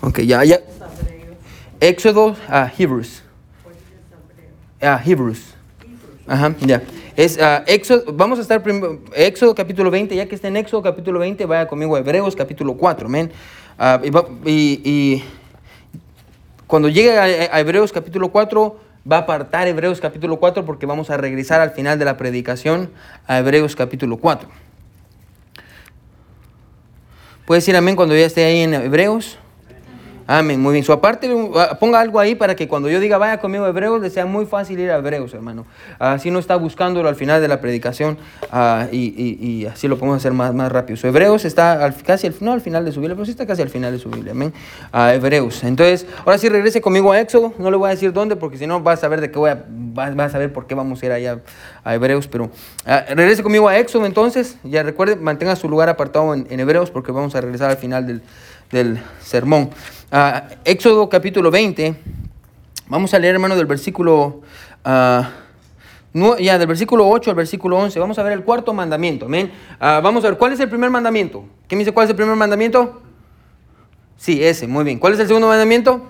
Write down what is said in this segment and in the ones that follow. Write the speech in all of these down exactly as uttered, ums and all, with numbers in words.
Ok, ya, ya. Éxodo, uh, Hebrews. Uh, Hebrews. Ajá, ya. Es uh, Éxodo, vamos a estar primero, Éxodo capítulo veinte, ya que está en Éxodo capítulo veinte, vaya conmigo a Hebreos capítulo cuatro, amén. Uh, y, va, y, y cuando llegue a, a Hebreos capítulo cuatro, va a apartar Hebreos capítulo cuatro porque vamos a regresar al final de la predicación a Hebreos capítulo cuatro. ¿Puedes decir amén cuando ya esté ahí en Hebreos? Amén, muy bien. Su aparte, ponga algo ahí para que cuando yo diga vaya conmigo a Hebreos, le sea muy fácil ir a Hebreos, hermano. Así no está buscándolo al final de la predicación uh, y, y, y así lo podemos hacer más, más rápido. So, Hebreos está al, casi al, no al final de su Biblia, pero sí está casi al final de su Biblia. Amén. Uh, Hebreos. Entonces, ahora sí regrese conmigo a Éxodo. No le voy a decir dónde porque si no vas a saber de qué voy a, vas, vas a saber por qué vamos a ir allá a Hebreos. Pero uh, regrese conmigo a Éxodo entonces. Ya recuerde, mantenga su lugar apartado en, en Hebreos porque vamos a regresar al final del, del sermón. Uh, Éxodo capítulo veinte, vamos a leer, hermano, del versículo, uh, no, ya, del versículo ocho al versículo once, vamos a ver el cuarto mandamiento, amén. Uh, vamos a ver, ¿cuál es el primer mandamiento? ¿Quién me dice cuál es el primer mandamiento? Sí, ese, muy bien. ¿Cuál es el segundo mandamiento?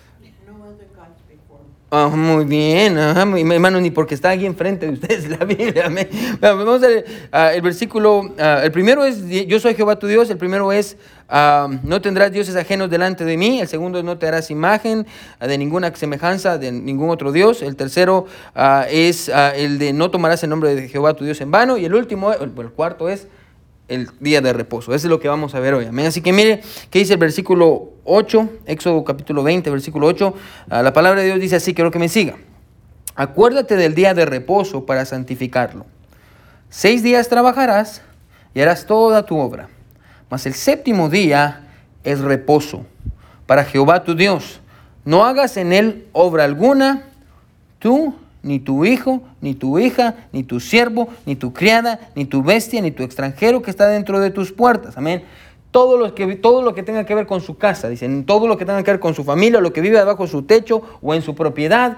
Oh, muy bien, ajá, mi hermano, ni porque está aquí enfrente de ustedes la Biblia. Amén. Bueno, vamos a ver uh, el versículo, uh, el primero es, yo soy Jehová tu Dios, el primero es, uh, no tendrás dioses ajenos delante de mí, el segundo es, no te harás imagen uh, de ninguna semejanza de ningún otro Dios, el tercero uh, es uh, el de no tomarás el nombre de Jehová tu Dios en vano, y el último, el, el cuarto es, el día de reposo. Eso es lo que vamos a ver hoy. Amén. Así que mire qué dice el versículo ocho, Éxodo capítulo veinte, versículo ocho. Uh, la palabra de Dios dice así, quiero que me siga. Acuérdate del día de reposo para santificarlo. Seis días trabajarás y harás toda tu obra. Mas el séptimo día es reposo para Jehová tu Dios. No hagas en él obra alguna, tú, ni tu hijo, ni tu hija, ni tu siervo, ni tu criada, ni tu bestia, ni tu extranjero que está dentro de tus puertas. Amén. Todo lo que, todo lo que tenga que ver con su casa, dicen, todo lo que tenga que ver con su familia, lo que vive debajo de su techo o en su propiedad,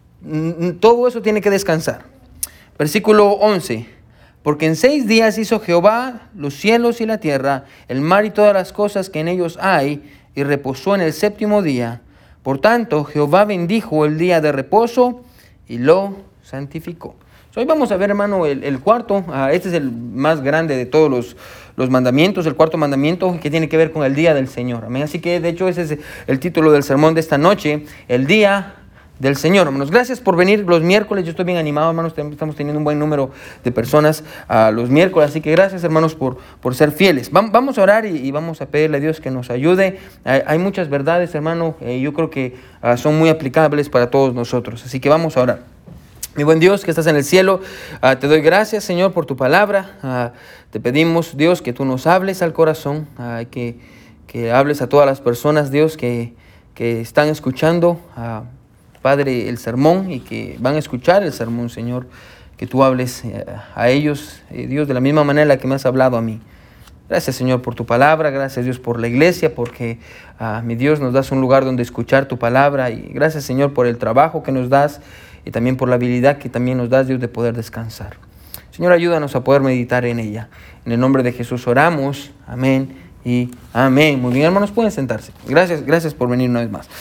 todo eso tiene que descansar. Versículo once. Porque en seis días hizo Jehová los cielos y la tierra, el mar y todas las cosas que en ellos hay, y reposó en el séptimo día. Por tanto, Jehová bendijo el día de reposo y lo santificó. So, hoy vamos a ver, hermano, el, el cuarto. Uh, este es el más grande de todos los, los mandamientos, el cuarto mandamiento que tiene que ver con el día del Señor. Amén. Así que, de hecho, ese es el título del sermón de esta noche, el día del Señor. Hermanos, gracias por venir los miércoles. Yo estoy bien animado, hermanos. Estamos teniendo un buen número de personas uh, los miércoles. Así que gracias, hermanos, por, por ser fieles. Va, vamos a orar y, y vamos a pedirle a Dios que nos ayude. Hay, hay muchas verdades, hermano. Eh, yo creo que uh, son muy aplicables para todos nosotros. Así que vamos a orar. Mi buen Dios que estás en el cielo, uh, te doy gracias, Señor, por tu palabra. Uh, te pedimos, Dios, que tú nos hables al corazón, uh, que, que hables a todas las personas, Dios, que, que están escuchando, uh, Padre, el sermón y que van a escuchar el sermón, Señor, que tú hables uh, a ellos, eh, Dios, de la misma manera en la que me has hablado a mí. Gracias, Señor, por tu palabra. Gracias, Dios, por la iglesia, porque, uh, mi Dios, nos das un lugar donde escuchar tu palabra. Y gracias, Señor, por el trabajo que nos das y también por la habilidad que también nos das, Dios, de poder descansar. Señor, ayúdanos a poder meditar en ella. En el nombre de Jesús oramos. Amén y amén. Muy bien, hermanos, pueden sentarse. Gracias, gracias por venir una vez más.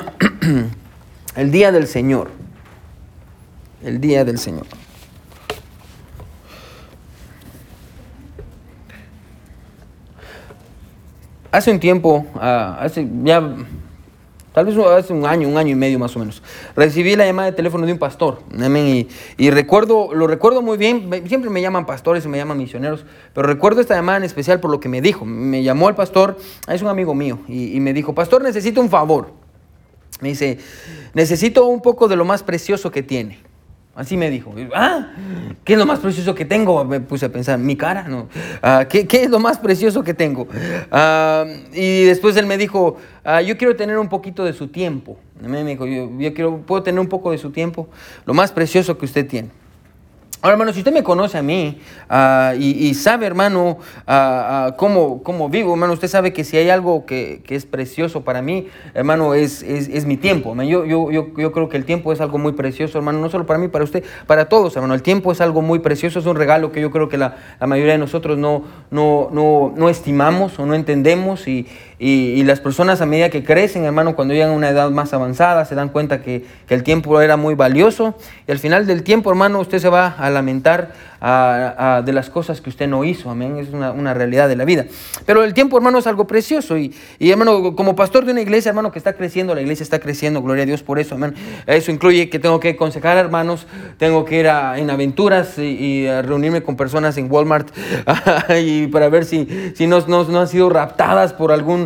El día del Señor. El día del Señor. Hace un tiempo, uh, hace ya, tal vez hace un año, un año y medio más o menos, recibí la llamada de teléfono de un pastor, amén, y, y recuerdo, lo recuerdo muy bien. Siempre me llaman pastores y me llaman misioneros, pero recuerdo esta llamada en especial por lo que me dijo. Me llamó el pastor, es un amigo mío, y, y me dijo, pastor, necesito un favor. Me dice, necesito un poco de lo más precioso que tiene. Así me dijo. Ah, ¿qué es lo más precioso que tengo? Me puse a pensar, mi cara, no. Uh, ¿qué, ¿Qué es lo más precioso que tengo? Uh, y después él me dijo, uh, yo quiero tener un poquito de su tiempo. Me dijo, yo, yo quiero, puedo tener un poco de su tiempo, lo más precioso que usted tiene. Ahora, hermano, si usted me conoce a mí uh, y, y sabe, hermano, uh, uh, cómo, cómo vivo, hermano, usted sabe que si hay algo que, que es precioso para mí, hermano, es, es, es mi tiempo. Yo, yo, yo, yo creo que el tiempo es algo muy precioso, hermano, no solo para mí, para usted, para todos, hermano. El tiempo es algo muy precioso, es un regalo que yo creo que la, la mayoría de nosotros no, no, no, no estimamos o no entendemos y Y, y las personas a medida que crecen, hermano, cuando llegan a una edad más avanzada, se dan cuenta que, que el tiempo era muy valioso. Y al final del tiempo, hermano, usted se va a lamentar a, a, de las cosas que usted no hizo. Amén. Es una, una realidad de la vida. Pero el tiempo, hermano, es algo precioso. Y, y, hermano, como pastor de una iglesia, hermano, que está creciendo, la iglesia está creciendo, gloria a Dios por eso, amén. Eso incluye que tengo que aconsejar a hermanos, tengo que ir a, en aventuras y, y a reunirme con personas en Walmart y para ver si, si no, no, no han sido raptadas por algún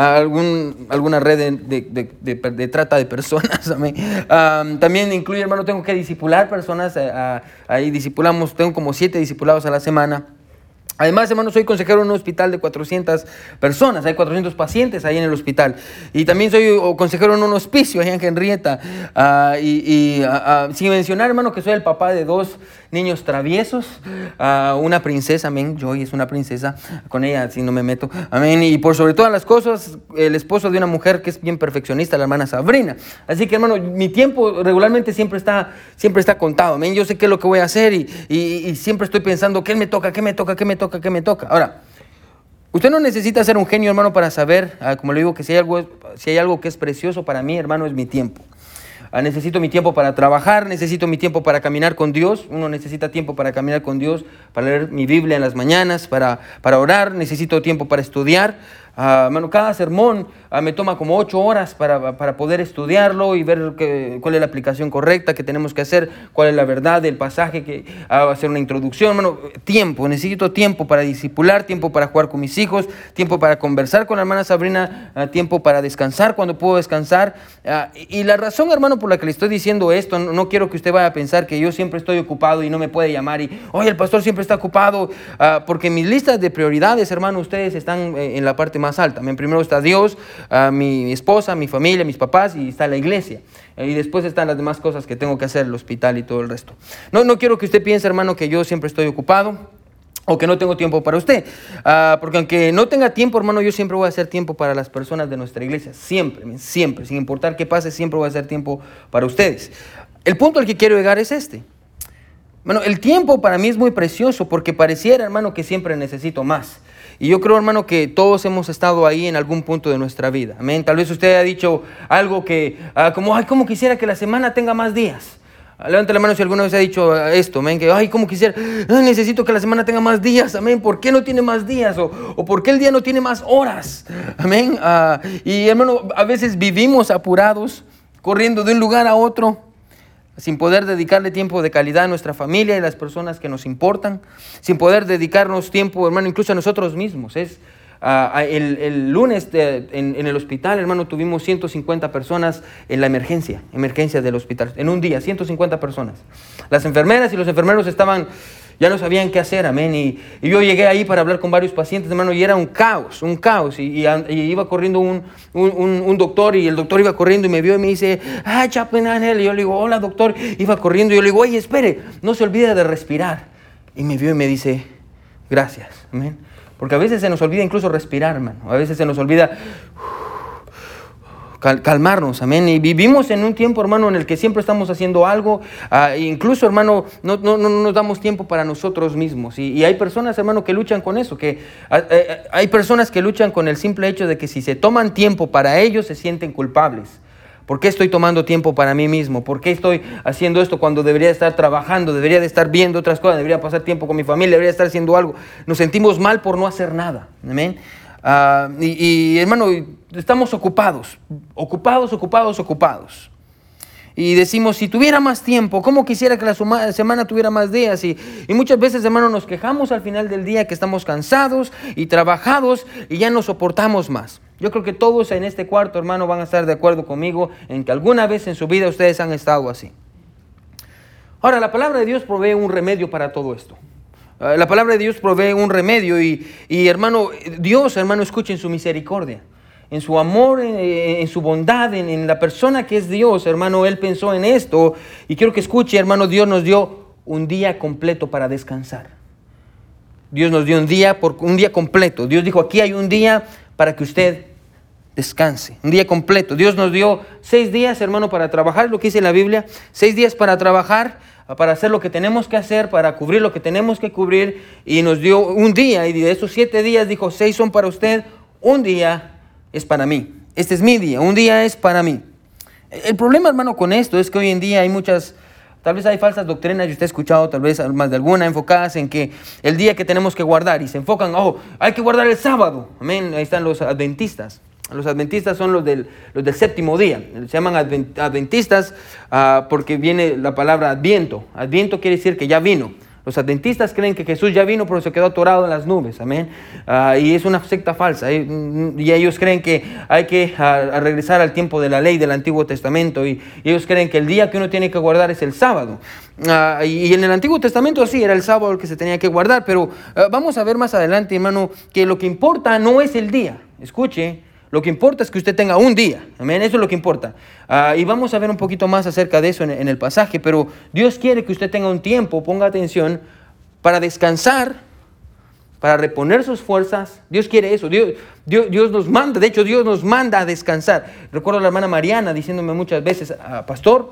Algún, alguna red de, de, de, de, de trata de personas. Amén. Um, también incluye, hermano, tengo que discipular personas. Uh, ahí discipulamos, tengo como siete discipulados a la semana. Además, hermano, soy consejero en un hospital de cuatrocientas personas, hay cuatrocientos pacientes ahí en el hospital. Y también soy consejero en un hospicio allá en Henrietta. Uh, y y uh, uh, sin mencionar, hermano, que soy el papá de dos niños traviesos, uh, una princesa, amén, Joy es una princesa, con ella si no me meto, amén. Y por sobre todas las cosas, el esposo de una mujer que es bien perfeccionista, la hermana Sabrina. Así que, hermano, mi tiempo regularmente siempre está, siempre está contado, amén. Yo sé qué es lo que voy a hacer y, y, y siempre estoy pensando, ¿qué me toca, qué me toca, qué me toca? ¿Qué me toca? Ahora, usted no necesita ser un genio, hermano, para saber, uh, como le digo, que si hay, algo, si hay algo que es precioso para mí, hermano, es mi tiempo. Uh, necesito mi tiempo para trabajar, necesito mi tiempo para caminar con Dios. Uno necesita tiempo para caminar con Dios, para leer mi Biblia en las mañanas, para, para orar, necesito tiempo para estudiar. Uh, hermano, cada sermón uh, me toma como ocho horas para, para poder estudiarlo y ver que, cuál es la aplicación correcta que tenemos que hacer, cuál es la verdad del pasaje, que uh, hacer una introducción. Hermano, tiempo, necesito tiempo para discipular, tiempo para jugar con mis hijos, tiempo para conversar con la hermana Sabrina, uh, tiempo para descansar cuando puedo descansar. Uh, y, y la razón, hermano, por la que le estoy diciendo esto, no, no quiero que usted vaya a pensar que yo siempre estoy ocupado y no me puede llamar y, oye, el pastor siempre está ocupado, uh, porque mis listas de prioridades, hermano, ustedes están eh, en la parte más más alta. Primero está Dios, uh, mi esposa, mi familia, mis papás y está la iglesia. Y después están las demás cosas que tengo que hacer, el hospital y todo el resto. No, no quiero que usted piense, hermano, que yo siempre estoy ocupado o que no tengo tiempo para usted. Uh, porque aunque no tenga tiempo, hermano, yo siempre voy a hacer tiempo para las personas de nuestra iglesia. Siempre, siempre. Sin importar qué pase, siempre voy a hacer tiempo para ustedes. El punto al que quiero llegar es este. Bueno, el tiempo para mí es muy precioso porque pareciera, hermano, que siempre necesito más. Y yo creo, hermano, que todos hemos estado ahí en algún punto de nuestra vida. Amén. Tal vez usted haya dicho algo que, uh, como, ay, cómo quisiera que la semana tenga más días. Uh, levante la mano si alguna vez ha dicho uh, esto, amén, que, ay, cómo quisiera, ay, necesito que la semana tenga más días, amén. ¿Por qué no tiene más días? O, o ¿por qué el día no tiene más horas? Amén. Uh, y, hermano, a veces vivimos apurados, corriendo de un lugar a otro, sin poder dedicarle tiempo de calidad a nuestra familia y a las personas que nos importan, sin poder dedicarnos tiempo, hermano, incluso a nosotros mismos. Es, uh, el, el lunes de, en, en el hospital, hermano, tuvimos ciento cincuenta personas en la emergencia, emergencia del hospital, en un día, ciento cincuenta personas. Las enfermeras y los enfermeros estaban, ya no sabían qué hacer, amén. Y, y yo llegué ahí para hablar con varios pacientes, hermano, y era un caos, un caos. Y, y, y iba corriendo un, un, un, un doctor, y el doctor iba corriendo y me vio y me dice, ah, Chaplain Ángel. Y yo le digo, hola, doctor. Iba corriendo y yo le digo, oye, espere, no se olvide de respirar. Y me vio y me dice, gracias, amén. Porque a veces se nos olvida incluso respirar, hermano. A veces se nos olvida calmarnos, amén. Y vivimos en un tiempo, hermano, en el que siempre estamos haciendo algo, uh, incluso, hermano, no, no, no nos damos tiempo para nosotros mismos. Y, y hay personas, hermano, que luchan con eso, que uh, uh, hay personas que luchan con el simple hecho de que si se toman tiempo para ellos, se sienten culpables. ¿Por qué estoy tomando tiempo para mí mismo? ¿Por qué estoy haciendo esto cuando debería estar trabajando, debería de estar viendo otras cosas, debería pasar tiempo con mi familia, debería estar haciendo algo? Nos sentimos mal por no hacer nada, amén. Uh, y, y hermano, estamos ocupados, ocupados, ocupados, ocupados. Y decimos, si tuviera más tiempo, ¿cómo quisiera que la suma, semana tuviera más días? Y, y muchas veces, hermano, nos quejamos al final del día que estamos cansados y trabajados y ya no soportamos más. Yo creo que todos en este cuarto, hermano, van a estar de acuerdo conmigo en que alguna vez en su vida ustedes han estado así. Ahora, la palabra de Dios provee un remedio para todo esto. La palabra de Dios provee un remedio y, y hermano, Dios, hermano, escuche en su misericordia, en su amor, en, en su bondad, en, en la persona que es Dios, hermano, Él pensó en esto. Y quiero que escuche, hermano, Dios nos dio un día completo para descansar. Dios nos dio un día, por, un día completo. Dios dijo, aquí hay un día para que usted descanse, un día completo. Dios nos dio seis días, hermano, para trabajar, lo que dice la Biblia, seis días para trabajar, para hacer lo que tenemos que hacer, para cubrir lo que tenemos que cubrir, y nos dio un día, y de esos siete días dijo, seis son para usted, un día es para mí. Este es mi día, un día es para mí. El problema, hermano, con esto es que hoy en día hay muchas, tal vez hay falsas doctrinas, y usted ha escuchado tal vez más de alguna, enfocadas en que el día que tenemos que guardar, y se enfocan, oh, hay que guardar el sábado. Amén. Ahí están los adventistas. Los adventistas son los del, los del séptimo día. Se llaman adventistas uh, porque viene la palabra adviento. Adviento quiere decir que ya vino. Los adventistas creen que Jesús ya vino, pero se quedó atorado en las nubes. Amén. Uh, y es una secta falsa. Y, y ellos creen que hay que uh, a regresar al tiempo de la ley del Antiguo Testamento. Y, y ellos creen que el día que uno tiene que guardar es el sábado. Uh, y, y en el Antiguo Testamento sí, era el sábado el que se tenía que guardar. Pero uh, vamos a ver más adelante, hermano, que lo que importa no es el día. Escuche. Lo que importa es que usted tenga un día. Amén. Eso es lo que importa. Uh, y vamos a ver un poquito más acerca de eso en, en el pasaje. Pero Dios quiere que usted tenga un tiempo, ponga atención, para descansar, para reponer sus fuerzas. Dios quiere eso. Dios, Dios, Dios nos manda. De hecho, Dios nos manda a descansar. Recuerdo a la hermana Mariana diciéndome muchas veces, uh, pastor,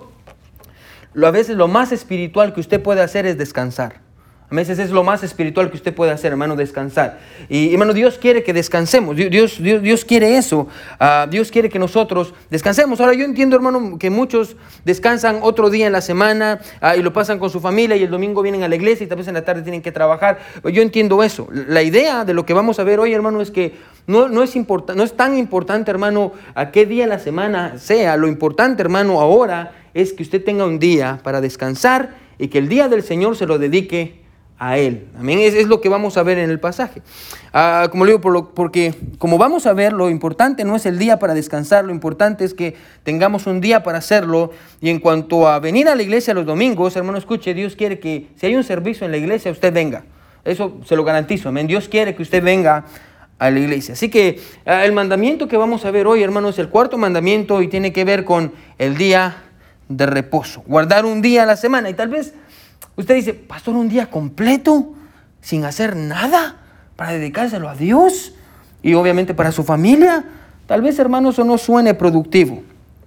a veces lo más espiritual que usted puede hacer es descansar. A veces es lo más espiritual que usted puede hacer, hermano, descansar. Y, hermano, Dios quiere que descansemos. Dios, Dios, Dios quiere eso. Uh, Dios quiere que nosotros descansemos. Ahora, yo entiendo, hermano, que muchos descansan otro día en la semana uh, y lo pasan con su familia y el domingo vienen a la iglesia y tal vez en la tarde tienen que trabajar. Yo entiendo eso. La idea de lo que vamos a ver hoy, hermano, es que no, no, es, import- no es tan importante, hermano, a qué día de la semana sea. Lo importante, hermano, ahora es que usted tenga un día para descansar y que el día del Señor se lo dedique a Él. Amén. Es, es lo que vamos a ver en el pasaje. Uh, como le digo, por lo, porque como vamos a ver, lo importante no es el día para descansar, lo importante es que tengamos un día para hacerlo. Y en cuanto a venir a la iglesia los domingos, hermano, escuche, Dios quiere que si hay un servicio en la iglesia, usted venga. Eso se lo garantizo. Amén. Dios quiere que usted venga a la iglesia. Así que uh, el mandamiento que vamos a ver hoy, hermano, es el cuarto mandamiento y tiene que ver con el día de reposo. Guardar un día a la semana. Y tal vez usted dice, pastor, un día completo sin hacer nada para dedicárselo a Dios y obviamente para su familia. Tal vez, hermano, eso no suene productivo.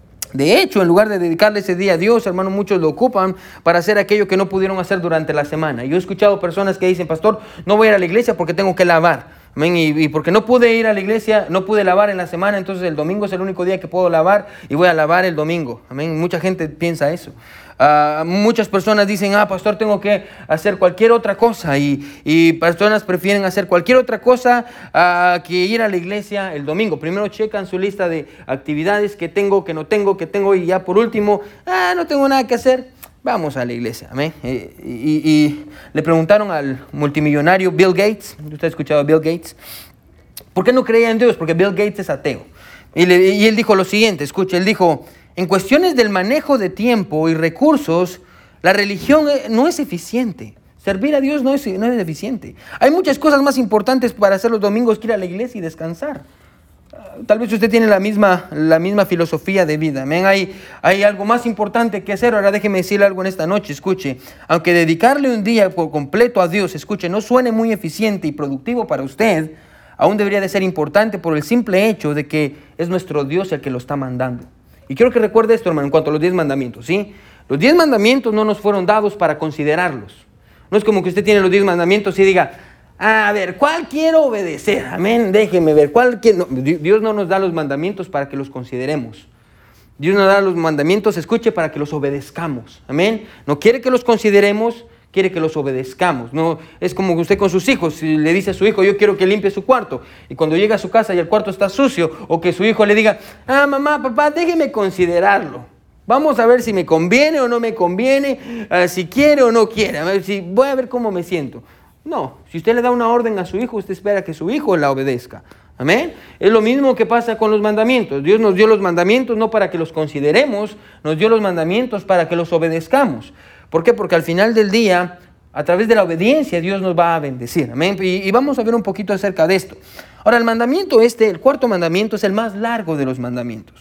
De hecho, en lugar de dedicarle ese día a Dios, hermano, muchos lo ocupan para hacer aquello que no pudieron hacer durante la semana. Yo he escuchado personas que dicen, pastor, no voy a ir a la iglesia porque tengo que lavar. Amén. Y, y porque no pude ir a la iglesia, no pude lavar en la semana, entonces el domingo es el único día que puedo lavar y voy a lavar el domingo. Amén. Mucha gente piensa eso. Uh, muchas personas dicen, ah, pastor, tengo que hacer cualquier otra cosa. Y, y personas prefieren hacer cualquier otra cosa uh, que ir a la iglesia el domingo. Primero checan su lista de actividades que tengo, que no tengo, que tengo. Y ya por último, ah, no tengo nada que hacer. Vamos a la iglesia, amén. Y, y, y le preguntaron al multimillonario Bill Gates, usted ha escuchado a Bill Gates, ¿por qué no creía en Dios? Porque Bill Gates es ateo. Y, le, y él dijo lo siguiente, escuche, él dijo, en cuestiones del manejo de tiempo y recursos, la religión no es eficiente. Servir a Dios no es, no es eficiente. Hay muchas cosas más importantes para hacer los domingos que ir a la iglesia y descansar. Tal vez usted tiene la misma, la misma filosofía de vida. Amén. Hay, hay algo más importante que hacer. Ahora déjeme decirle algo en esta noche. Escuche, aunque dedicarle un día por completo a Dios, escuche, no suene muy eficiente y productivo para usted, aún debería de ser importante por el simple hecho de que es nuestro Dios el que lo está mandando. Y quiero que recuerde esto, hermano, en cuanto a los diez mandamientos, ¿sí? Los diez mandamientos no nos fueron dados para considerarlos. No es como que usted tiene los diez mandamientos y diga, a ver, ¿cuál quiero obedecer? Amén, déjeme ver, ¿cuál quiero? No, Dios no nos da los mandamientos para que los consideremos. Dios nos da los mandamientos, escuche, para que los obedezcamos. Amén. No quiere que los consideremos, quiere que los obedezcamos. No es como usted con sus hijos, si le dice a su hijo, yo quiero que limpie su cuarto, y cuando llega a su casa y el cuarto está sucio, o que su hijo le diga, ah, mamá, papá, déjeme considerarlo. Vamos a ver si me conviene o no me conviene, uh, si quiere o no quiere, a ver, si, voy a ver cómo me siento. No, si usted le da una orden a su hijo, usted espera que su hijo la obedezca. Amén. Es lo mismo que pasa con los mandamientos. Dios nos dio los mandamientos no para que los consideremos, nos dio los mandamientos para que los obedezcamos. ¿Por qué? Porque al final del día, a través de la obediencia, Dios nos va a bendecir. Amén. Y, y vamos a ver un poquito acerca de esto. Ahora, el mandamiento este, el cuarto mandamiento, es el más largo de los mandamientos.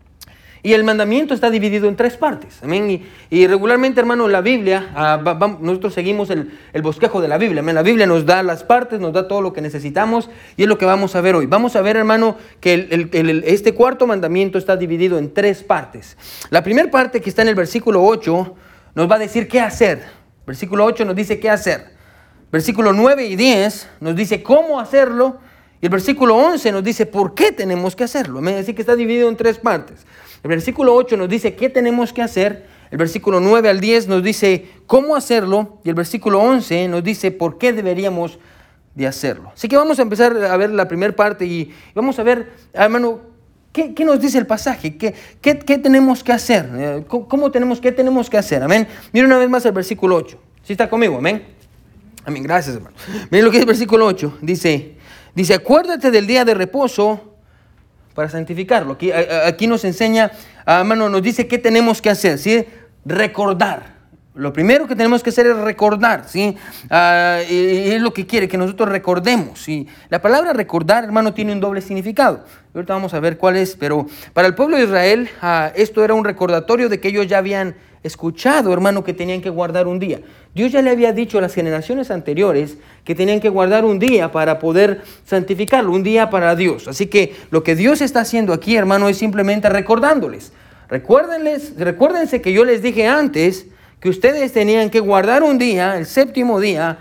Y el mandamiento está dividido en tres partes. Amén. Y, y regularmente, hermano, en la Biblia, uh, va, va, nosotros seguimos el, el bosquejo de la Biblia. Amén. La Biblia nos da las partes, nos da todo lo que necesitamos y es lo que vamos a ver hoy. Vamos a ver, hermano, que el, el, el, este cuarto mandamiento está dividido en tres partes. La primera parte, que está en el versículo ocho, nos va a decir qué hacer. Versículo ocho nos dice qué hacer. Versículo nueve y diez nos dice cómo hacerlo. Y el versículo once nos dice por qué tenemos que hacerlo. Amén. Así que está dividido en tres partes. El versículo ocho nos dice qué tenemos que hacer. El versículo nueve al diez nos dice cómo hacerlo. Y el versículo once nos dice por qué deberíamos de hacerlo. Así que vamos a empezar a ver la primera parte y vamos a ver, hermano, ¿qué, qué nos dice el pasaje? ¿Qué, qué, qué tenemos que hacer? ¿Cómo, cómo tenemos, ¿Qué tenemos que hacer? Amén. Mira una vez más el versículo ocho. ¿Sí está conmigo? Amén. Amén. Gracias, hermano. Miren lo que es el versículo ocho. Dice... Dice, acuérdate del día de reposo para santificarlo. Aquí, aquí nos enseña, hermano, nos dice qué tenemos que hacer, ¿sí? Recordar. Lo primero que tenemos que hacer es recordar, ¿sí? Uh, y es lo que quiere, que nosotros recordemos, ¿sí? La palabra recordar, hermano, tiene un doble significado. Ahorita vamos a ver cuál es, pero para el pueblo de Israel, uh, esto era un recordatorio de que ellos ya habían escuchado, hermano, que tenían que guardar un día. Dios ya le había dicho a las generaciones anteriores que tenían que guardar un día para poder santificarlo, un día para Dios. Así que lo que Dios está haciendo aquí, hermano, es simplemente recordándoles. Recuérdenles, recuérdense que yo les dije antes que ustedes tenían que guardar un día, el séptimo día,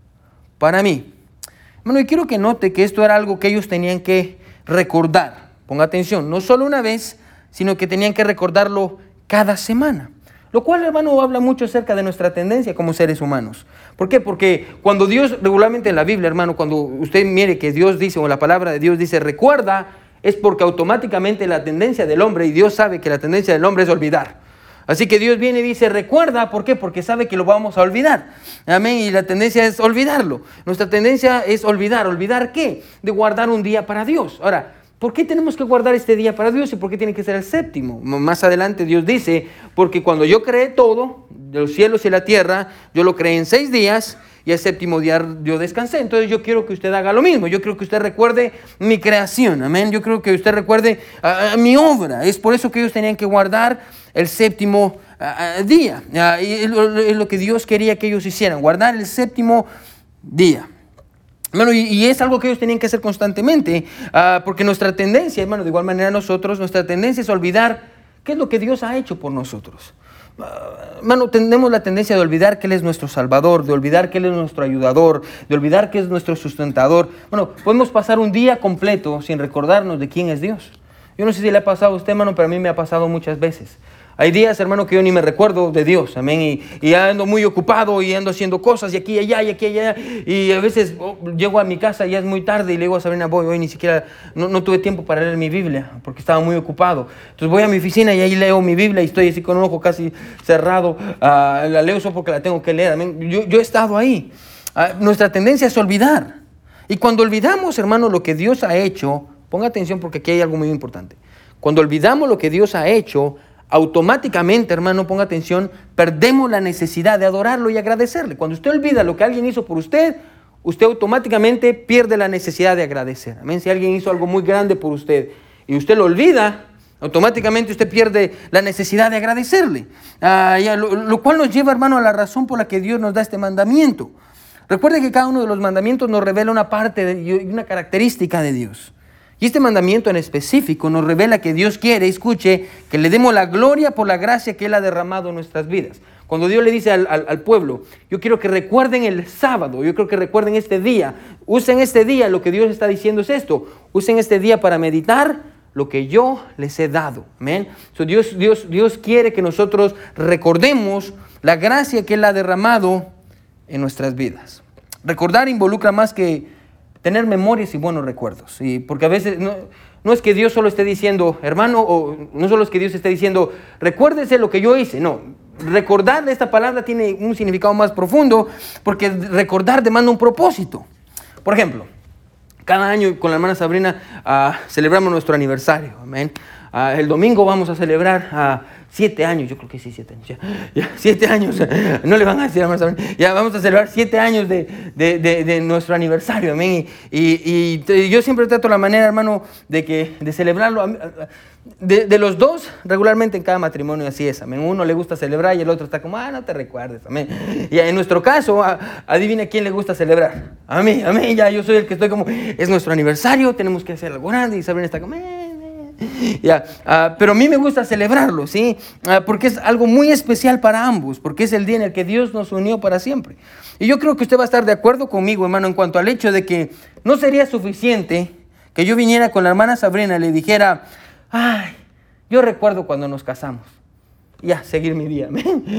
para mí. Hermano, y quiero que note que esto era algo que ellos tenían que recordar. Ponga atención, no solo una vez, sino que tenían que recordarlo cada semana. Lo cual, hermano, habla mucho acerca de nuestra tendencia como seres humanos. ¿Por qué? Porque cuando Dios, regularmente en la Biblia, hermano, cuando usted mire que Dios dice, o la palabra de Dios dice, recuerda, es porque automáticamente la tendencia del hombre, y Dios sabe que la tendencia del hombre es olvidar. Así que Dios viene y dice, recuerda, ¿por qué? Porque sabe que lo vamos a olvidar. Amén, y la tendencia es olvidarlo. Nuestra tendencia es olvidar. ¿Olvidar qué? De guardar un día para Dios. Ahora, ¿por qué tenemos que guardar este día para Dios y por qué tiene que ser el séptimo? Más adelante Dios dice, porque cuando yo creé todo, de los cielos y la tierra, yo lo creé en seis días y el séptimo día yo descansé. Entonces yo quiero que usted haga lo mismo. Yo quiero que usted recuerde mi creación. Amén. Yo creo que usted recuerde uh, mi obra. Es por eso que ellos tenían que guardar el séptimo uh, día. Uh, y es lo, es lo que Dios quería que ellos hicieran, guardar el séptimo día. Hermano, y, y es algo que ellos tenían que hacer constantemente, uh, porque nuestra tendencia, hermano, de igual manera nosotros, nuestra tendencia es olvidar qué es lo que Dios ha hecho por nosotros. Uh, hermano, tenemos la tendencia de olvidar que Él es nuestro Salvador, de olvidar que Él es nuestro ayudador, de olvidar que es nuestro sustentador. Bueno, podemos pasar un día completo sin recordarnos de quién es Dios. Yo no sé si le ha pasado a usted, hermano, pero a mí me ha pasado muchas veces. Hay días, hermano, que yo ni me recuerdo de Dios, amén, y, y ando muy ocupado y ando haciendo cosas y aquí y allá y aquí y allá, y a veces oh, llego a mi casa y ya es muy tarde y le digo a Sabrina, voy, hoy ni siquiera, no, no tuve tiempo para leer mi Biblia porque estaba muy ocupado. Entonces voy a mi oficina y ahí leo mi Biblia y estoy así con un ojo casi cerrado, uh, la leo solo porque la tengo que leer, amén. Yo, yo he estado ahí. Uh, nuestra tendencia es olvidar. Y cuando olvidamos, hermano, lo que Dios ha hecho, ponga atención porque aquí hay algo muy importante. Cuando olvidamos lo que Dios ha hecho, automáticamente, hermano, ponga atención, perdemos la necesidad de adorarlo y agradecerle. Cuando usted olvida lo que alguien hizo por usted, usted automáticamente pierde la necesidad de agradecer. Amén. Si alguien hizo algo muy grande por usted y usted lo olvida, automáticamente usted pierde la necesidad de agradecerle. Ah, ya, lo, lo cual nos lleva, hermano, a la razón por la que Dios nos da este mandamiento. Recuerde que cada uno de los mandamientos nos revela una parte y una característica de Dios. Y este mandamiento en específico nos revela que Dios quiere, escuche, que le demos la gloria por la gracia que Él ha derramado en nuestras vidas. Cuando Dios le dice al, al, al pueblo, yo quiero que recuerden el sábado, yo quiero que recuerden este día, usen este día, lo que Dios está diciendo es esto, usen este día para meditar lo que yo les he dado. Amén. So, Dios, Dios, Dios quiere que nosotros recordemos la gracia que Él ha derramado en nuestras vidas. Recordar involucra más que tener memorias y buenos recuerdos, ¿sí? Porque a veces no, no es que Dios solo esté diciendo, hermano, o no solo es que Dios esté diciendo, recuérdese lo que yo hice. No, recordar de esta palabra tiene un significado más profundo, porque recordar demanda un propósito. Por ejemplo, cada año con la hermana Sabrina uh, celebramos nuestro aniversario, amén. Uh, el domingo vamos a celebrar uh, siete años, yo creo que sí, siete años, ya, ya, siete años, no le van a decir a hermana Sabrina, ya vamos a celebrar siete años de, de, de, de nuestro aniversario, amén. Y, y, y yo siempre trato la manera, hermano, de, que, de celebrarlo. De, de los dos, regularmente en cada matrimonio así es, amén. Uno le gusta celebrar y el otro está como, ah, no te recuerdes, amén. Y en nuestro caso, a, adivina quién le gusta celebrar. A mí, a mí, ya yo soy el que estoy como, es nuestro aniversario, tenemos que hacer algo grande. Y Sabrina está como, eh, Ya, uh, pero a mí me gusta celebrarlo, ¿sí? Uh, porque es algo muy especial para ambos, porque es el día en el que Dios nos unió para siempre. Y yo creo que usted va a estar de acuerdo conmigo, hermano, en cuanto al hecho de que no sería suficiente que yo viniera con la hermana Sabrina y le dijera, ay, yo recuerdo cuando nos casamos. Ya, seguir mi día.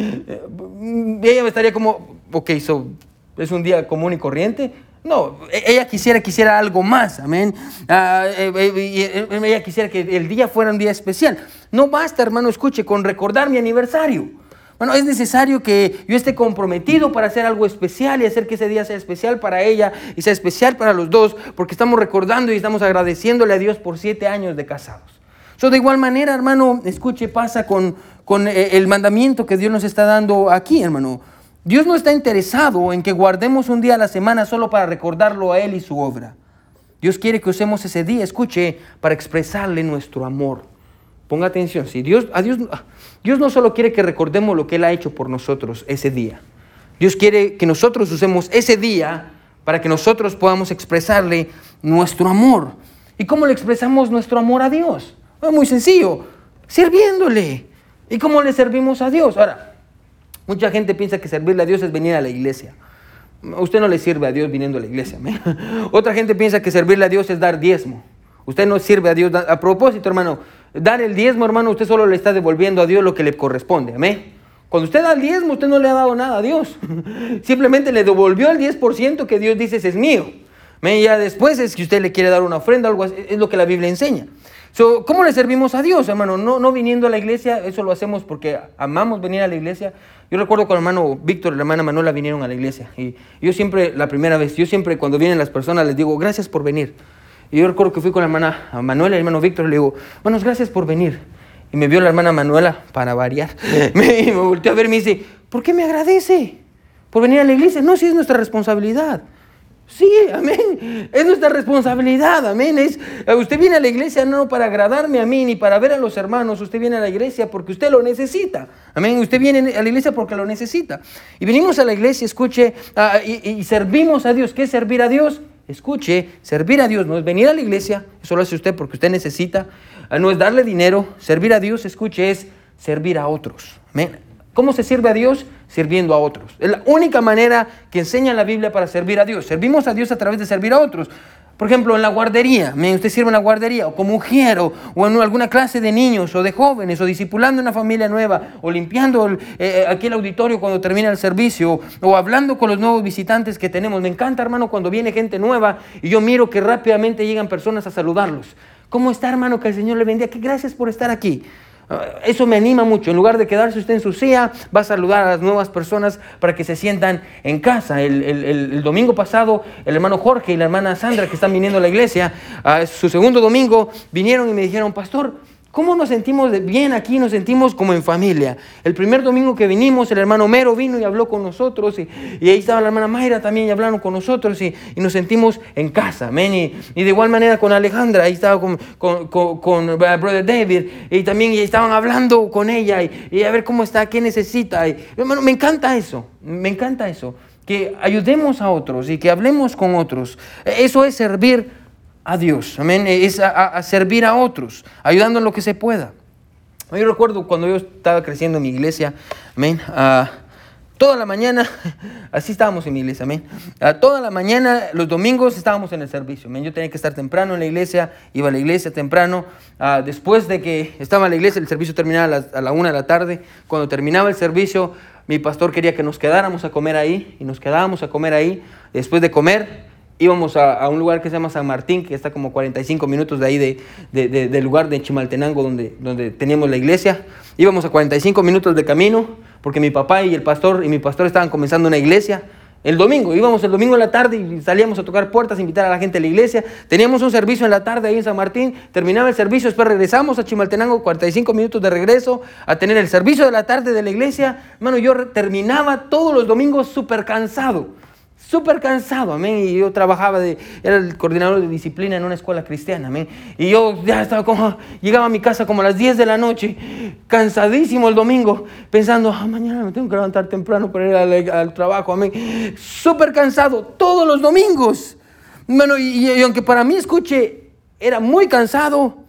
Y ella estaría como, ok, so, es un día común y corriente. No, ella quisiera, quisiera algo más, amén. Uh, eh, eh, ella quisiera que el día fuera un día especial. No basta, hermano, escuche, con recordar mi aniversario. Bueno, es necesario que yo esté comprometido para hacer algo especial y hacer que ese día sea especial para ella y sea especial para los dos, porque estamos recordando y estamos agradeciéndole a Dios por siete años de casados. So, de igual manera, hermano, escuche, pasa con, con el mandamiento que Dios nos está dando aquí, hermano. Dios no está interesado en que guardemos un día a la semana solo para recordarlo a Él y su obra. Dios quiere que usemos ese día, escuche, para expresarle nuestro amor. Ponga atención, si Dios, a Dios, Dios no solo quiere que recordemos lo que Él ha hecho por nosotros ese día. Dios quiere que nosotros usemos ese día para que nosotros podamos expresarle nuestro amor. ¿Y cómo le expresamos nuestro amor a Dios? Es muy sencillo, sirviéndole. ¿Y cómo le servimos a Dios? Ahora, mucha gente piensa que servirle a Dios es venir a la iglesia. Usted no le sirve a Dios viniendo a la iglesia. ¿Me? Otra gente piensa que servirle a Dios es dar diezmo. Usted no sirve a Dios. A propósito, hermano, dar el diezmo, hermano, usted solo le está devolviendo a Dios lo que le corresponde. ¿Amén? Cuando usted da el diezmo, usted no le ha dado nada a Dios. Simplemente le devolvió el diez por ciento que Dios dice es mío. ¿Amén? Ya después es que usted le quiere dar una ofrenda, algo así, es lo que la Biblia enseña. So, ¿cómo le servimos a Dios, hermano? No, no viniendo a la iglesia, eso lo hacemos porque amamos venir a la iglesia. Yo recuerdo cuando el hermano Víctor y la hermana Manuela vinieron a la iglesia. Y yo siempre, la primera vez, yo siempre cuando vienen las personas les digo, gracias por venir. Y yo recuerdo que fui con la hermana Manuela y el hermano Víctor y le digo, hermanos, gracias por venir. Y me vio la hermana Manuela, para variar, me, me volteó a ver y me dice, ¿por qué me agradece por venir a la iglesia? No, si es nuestra responsabilidad. Sí, amén, es nuestra responsabilidad, amén. Es, usted viene a la iglesia no para agradarme a mí ni para ver a los hermanos, usted viene a la iglesia porque usted lo necesita, amén. Usted viene a la iglesia porque lo necesita. Y venimos a la iglesia, escuche, uh, y, y servimos a Dios. ¿Qué es servir a Dios? Escuche, servir a Dios no es venir a la iglesia, eso lo hace usted porque usted necesita, uh, no es darle dinero. Servir a Dios, escuche, es servir a otros, amén. ¿Cómo se sirve a Dios? Sirviendo a otros. Es la única manera que enseña la Biblia para servir a Dios. Servimos a Dios a través de servir a otros. Por ejemplo, en la guardería. Usted sirve en la guardería, o como mujer, o en alguna clase de niños, o de jóvenes, o discipulando una familia nueva, o limpiando el, eh, aquí el auditorio cuando termina el servicio, o hablando con los nuevos visitantes que tenemos. Me encanta, hermano, cuando viene gente nueva y yo miro que rápidamente llegan personas a saludarlos. ¿Cómo está, hermano? Que el Señor le bendiga. Gracias por estar aquí. Eso me anima mucho. En lugar de quedarse usted en su silla, va a saludar a las nuevas personas para que se sientan en casa. El, el, el, el domingo pasado, el hermano Jorge y la hermana Sandra, que están viniendo a la iglesia, a su segundo domingo, vinieron y me dijeron, pastor, ¿cómo nos sentimos bien aquí? Nos sentimos como en familia. El primer domingo que vinimos, el hermano Mero vino y habló con nosotros. Y, y ahí estaba la hermana Mayra también y hablaron con nosotros. Y, y nos sentimos en casa. Amén. Y, y de igual manera con Alejandra. Ahí estaba con, con, con, con Brother David. Y también y estaban hablando con ella. Y, y a ver cómo está, qué necesita. Y, hermano, me encanta eso. Me encanta eso. Que ayudemos a otros y que hablemos con otros. Eso es servir a Dios, amén, es a, a servir a otros, ayudando en lo que se pueda. Yo recuerdo cuando yo estaba creciendo en mi iglesia, amén, uh, toda la mañana, así estábamos en mi iglesia, amén, uh, toda la mañana, los domingos estábamos en el servicio, amén. Yo tenía que estar temprano en la iglesia, iba a la iglesia temprano, uh, después de que estaba en la iglesia, el servicio terminaba a, las, a la una de la tarde. Cuando terminaba el servicio, mi pastor quería que nos quedáramos a comer ahí, y nos quedábamos a comer ahí. Después de comer, íbamos a, a un lugar que se llama San Martín, que está como cuarenta y cinco minutos de ahí de, de, de, del lugar de Chimaltenango donde, donde teníamos la iglesia. Íbamos a cuarenta y cinco minutos de camino porque mi papá y el pastor y mi pastor estaban comenzando una iglesia. El domingo, íbamos el domingo en la tarde y salíamos a tocar puertas, a invitar a la gente a la iglesia. Teníamos un servicio en la tarde ahí en San Martín, terminaba el servicio, después regresamos a Chimaltenango, cuarenta y cinco minutos de regreso, a tener el servicio de la tarde de la iglesia. Hermano, yo terminaba todos los domingos súper cansado. Súper cansado, amén. Y yo trabajaba, de, era el coordinador de disciplina en una escuela cristiana, amén. Y yo ya estaba como, llegaba a mi casa como a las diez de la noche, cansadísimo el domingo, pensando, ah, mañana me tengo que levantar temprano para ir al, al trabajo, amén. Súper cansado, todos los domingos. Bueno, y, y aunque para mí, escuche, era muy cansado,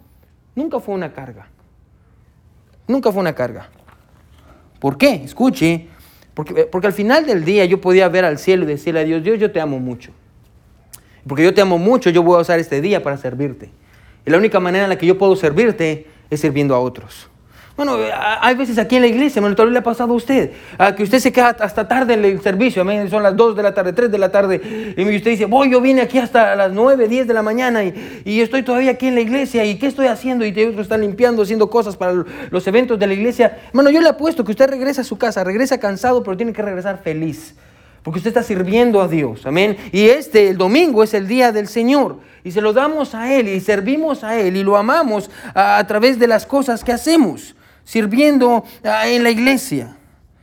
nunca fue una carga. Nunca fue una carga. ¿Por qué? Escuche, porque, porque al final del día yo podía ver al cielo y decirle a Dios, Dios, yo te amo mucho. Porque yo te amo mucho, yo voy a usar este día para servirte. Y la única manera en la que yo puedo servirte es sirviendo a otros. Bueno, hay veces aquí en la iglesia, bueno, todavía le ha pasado a usted, a que usted se queda hasta tarde en el servicio, amén, son las dos de la tarde, tres de la tarde, y usted dice, voy, yo vine aquí hasta las nueve, diez de la mañana, y, y estoy todavía aquí en la iglesia, ¿y qué estoy haciendo? Y otros están limpiando, haciendo cosas para los eventos de la iglesia. Hermano, yo le apuesto que usted regresa a su casa, regresa cansado, pero tiene que regresar feliz, porque usted está sirviendo a Dios, amén. Y este, el domingo, es el día del Señor, y se lo damos a Él, y servimos a Él, y lo amamos a, a través de las cosas que hacemos, sirviendo en la iglesia.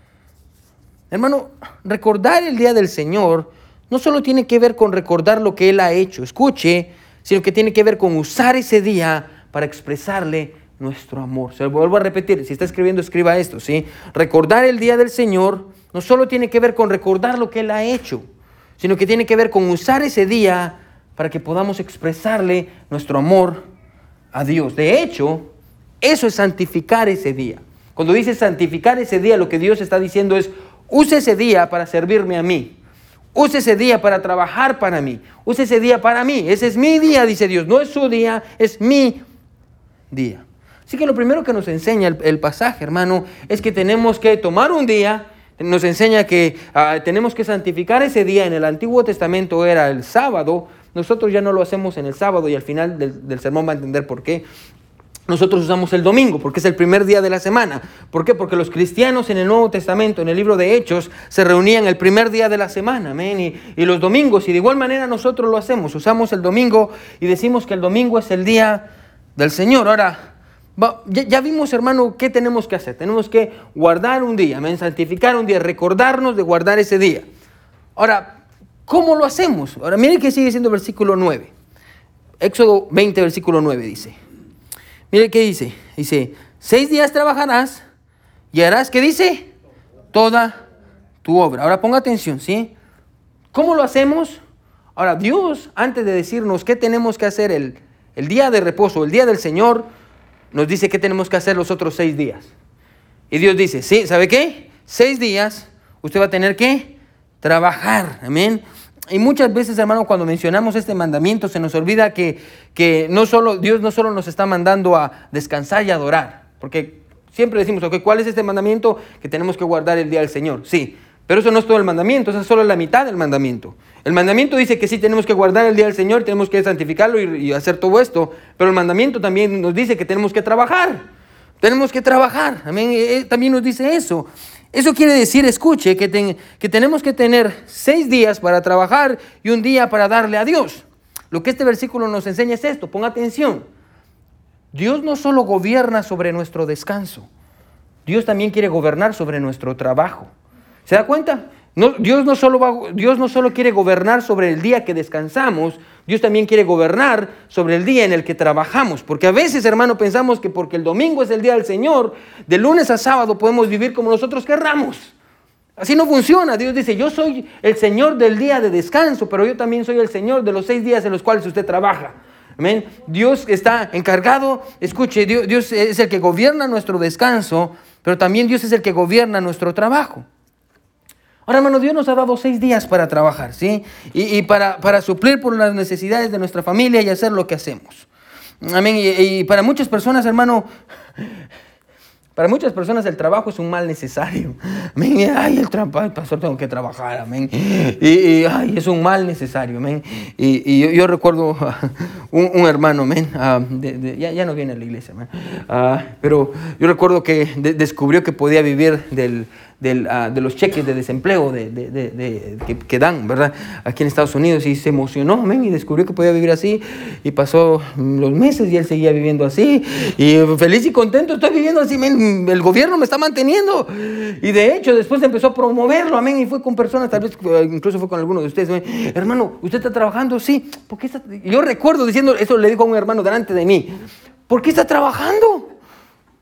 Hermano, recordar el día del Señor no solo tiene que ver con recordar lo que Él ha hecho, escuche, sino que tiene que ver con usar ese día para expresarle nuestro amor. Se lo vuelvo a repetir, si está escribiendo, escriba esto, ¿sí? Recordar el día del Señor no solo tiene que ver con recordar lo que Él ha hecho, sino que tiene que ver con usar ese día para que podamos expresarle nuestro amor a Dios. De hecho, eso es santificar ese día. Cuando dice santificar ese día, lo que Dios está diciendo es, use ese día para servirme a mí. Use ese día para trabajar para mí. Use ese día para mí. Ese es mi día, dice Dios. No es su día, es mi día. Así que lo primero que nos enseña el, el pasaje, hermano, es que tenemos que tomar un día. Nos enseña que uh, tenemos que santificar ese día. En el Antiguo Testamento era el sábado. Nosotros ya no lo hacemos en el sábado y al final del, del sermón va a entender por qué. Nosotros usamos el domingo porque es el primer día de la semana. ¿Por qué? Porque los cristianos en el Nuevo Testamento, en el libro de Hechos, se reunían el primer día de la semana, amén, y, y los domingos, y de igual manera nosotros lo hacemos. Usamos el domingo y decimos que el domingo es el día del Señor. Ahora, va, ya, ya vimos, hermano, qué tenemos que hacer. Tenemos que guardar un día, amén, santificar un día, recordarnos de guardar ese día. Ahora, ¿cómo lo hacemos? Ahora, miren que sigue diciendo el versículo nueve. Éxodo veinte, versículo nueve dice. Mire qué dice, dice, seis días trabajarás y harás, ¿qué dice? Toda tu obra. Ahora ponga atención, ¿sí? ¿Cómo lo hacemos? Ahora, Dios, antes de decirnos qué tenemos que hacer el, el día de reposo, el día del Señor, nos dice qué tenemos que hacer los otros seis días. Y Dios dice, sí, ¿sabe qué? Seis días usted va a tener que trabajar, amén. Y muchas veces, hermano, cuando mencionamos este mandamiento, se nos olvida que, que no solo, Dios no solo nos está mandando a descansar y adorar. Porque siempre decimos, okay, ¿cuál es este mandamiento? Que tenemos que guardar el día del Señor. Sí, pero eso no es todo el mandamiento, eso es solo la mitad del mandamiento. El mandamiento dice que sí tenemos que guardar el día del Señor, tenemos que santificarlo y, y hacer todo esto. Pero el mandamiento también nos dice que tenemos que trabajar. Tenemos que trabajar. Amén. Eh, también nos dice eso. Eso quiere decir, escuche, que, ten, que tenemos que tener seis días para trabajar y un día para darle a Dios. Lo que este versículo nos enseña es esto, ponga atención. Dios no solo gobierna sobre nuestro descanso, Dios también quiere gobernar sobre nuestro trabajo. ¿Se da cuenta? No, Dios, no solo va, Dios no solo quiere gobernar sobre el día que descansamos, Dios también quiere gobernar sobre el día en el que trabajamos. Porque a veces, hermano, pensamos que porque el domingo es el día del Señor, de lunes a sábado podemos vivir como nosotros querramos. Así no funciona. Dios dice, yo soy el Señor del día de descanso, pero yo también soy el Señor de los seis días en los cuales usted trabaja. Amén. Dios está encargado, escuche, Dios, Dios es el que gobierna nuestro descanso, pero también Dios es el que gobierna nuestro trabajo. Ahora, hermano, Dios nos ha dado seis días para trabajar, ¿sí? Y, y para, para suplir por las necesidades de nuestra familia y hacer lo que hacemos. Amén. Y, y para muchas personas, hermano, para muchas personas el trabajo es un mal necesario. Amén. Ay, el trabajo, pastor, tengo que trabajar, amén. Y, y ay, es un mal necesario, amén. Y, y yo, yo recuerdo uh, un, un hermano, amén, uh, de, de, ya, ya no viene a la iglesia, amén. Uh, pero yo recuerdo que de, descubrió que podía vivir del... Del, uh, de los cheques de desempleo de, de, de, de, que, que dan, ¿verdad? Aquí en Estados Unidos, y se emocionó, amén, y descubrió que podía vivir así, y pasó los meses y él seguía viviendo así, y feliz y contento, estoy viviendo así, amén, el gobierno me está manteniendo, y de hecho después empezó a promoverlo, amén, y fue con personas, tal vez incluso fue con algunos de ustedes, amén. Hermano, ¿usted está trabajando? Sí. ¿Por qué está? Yo recuerdo diciendo, eso le digo a un hermano delante de mí, ¿por qué está trabajando?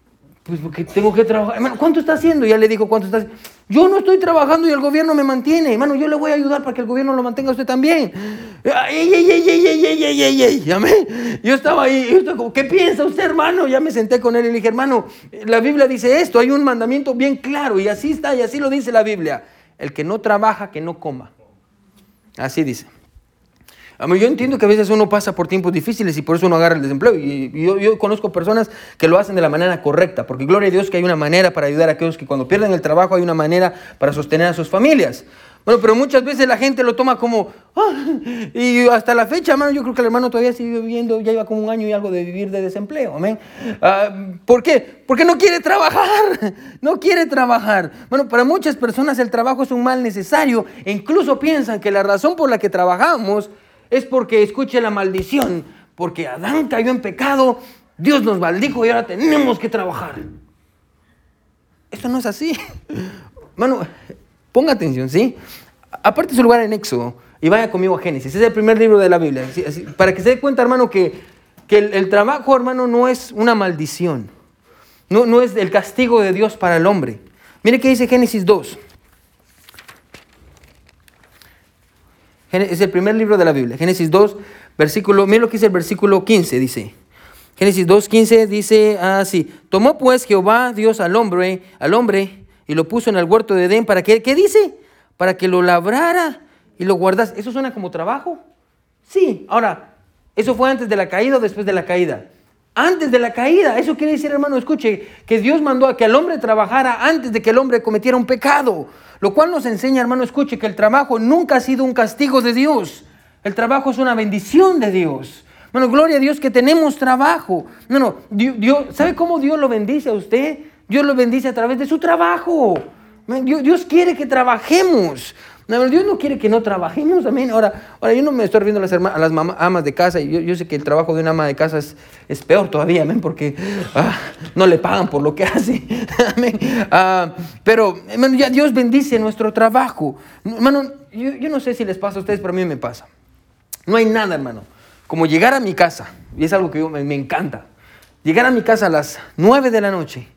Pues porque tengo que trabajar. Hermano, ¿cuánto está haciendo? Ya le dijo, ¿cuánto está haciendo? Yo no estoy trabajando y el gobierno me mantiene. Hermano, yo le voy a ayudar para que el gobierno lo mantenga a usted también. ¡Ey, ey, ey, ey, ey, ey, ey, ey, ey! Amén. Yo estaba ahí, yo estaba como, ¿qué piensa usted, hermano? Ya me senté con él y le dije, hermano, la Biblia dice esto, hay un mandamiento bien claro y así está, y así lo dice la Biblia. El que no trabaja, que no coma. Así dice. A mí, yo entiendo que a veces uno pasa por tiempos difíciles y por eso uno agarra el desempleo. Y yo, yo conozco personas que lo hacen de la manera correcta, porque gloria a Dios que hay una manera para ayudar a aquellos que cuando pierden el trabajo hay una manera para sostener a sus familias. Bueno, pero muchas veces la gente lo toma como, ah, y hasta la fecha, hermano, yo creo que el hermano todavía sigue viviendo, ya lleva como un año y algo de vivir de desempleo, amén. Uh, ¿Por qué? Porque no quiere trabajar, no quiere trabajar. Bueno, para muchas personas el trabajo es un mal necesario e incluso piensan que la razón por la que trabajamos es porque, escuche la maldición, porque Adán cayó en pecado, Dios nos maldijo y ahora tenemos que trabajar. Esto no es así. Mano, ponga atención, ¿sí? Aparte su lugar en Éxodo y vaya conmigo a Génesis. Es el primer libro de la Biblia. ¿Sí? Así, para que se dé cuenta, hermano, que, que el, el trabajo, hermano, no es una maldición. No, no es el castigo de Dios para el hombre. Mire qué dice Génesis dos. Es el primer libro de la Biblia. Génesis dos, versículo, mira lo que dice el versículo quince, dice. Génesis dos, quince dice así. Tomó pues Jehová Dios al hombre, al hombre y lo puso en el huerto de Edén para que, ¿qué dice? Para que lo labrara y lo guardase. ¿Eso suena como trabajo? Sí. Ahora, ¿eso fue antes de la caída o después de la caída? Antes de la caída. Eso quiere decir, hermano, escuche, que Dios mandó a que el hombre trabajara antes de que el hombre cometiera un pecado. Lo cual nos enseña, hermano, escuche, que el trabajo nunca ha sido un castigo de Dios. El trabajo es una bendición de Dios. Bueno, gloria a Dios que tenemos trabajo. No, no, Dios, Dios, ¿sabe cómo Dios lo bendice a usted? Dios lo bendice a través de su trabajo. Dios, Dios quiere que trabajemos. Dios no quiere que no trabajemos, amén. Ahora, ahora yo no me estoy refiriendo a las, herma, a las mamá, amas de casa, y yo, yo sé que el trabajo de una ama de casa es, es peor todavía, amén, porque ah, no le pagan por lo que hace, amén. Ah, pero, hermano, ya Dios bendice nuestro trabajo. Hermano, yo, yo no sé si les pasa a ustedes, pero a mí me pasa. No hay nada, hermano, como llegar a mi casa, y es algo que yo, me, me encanta, llegar a mi casa a las nueve de la noche,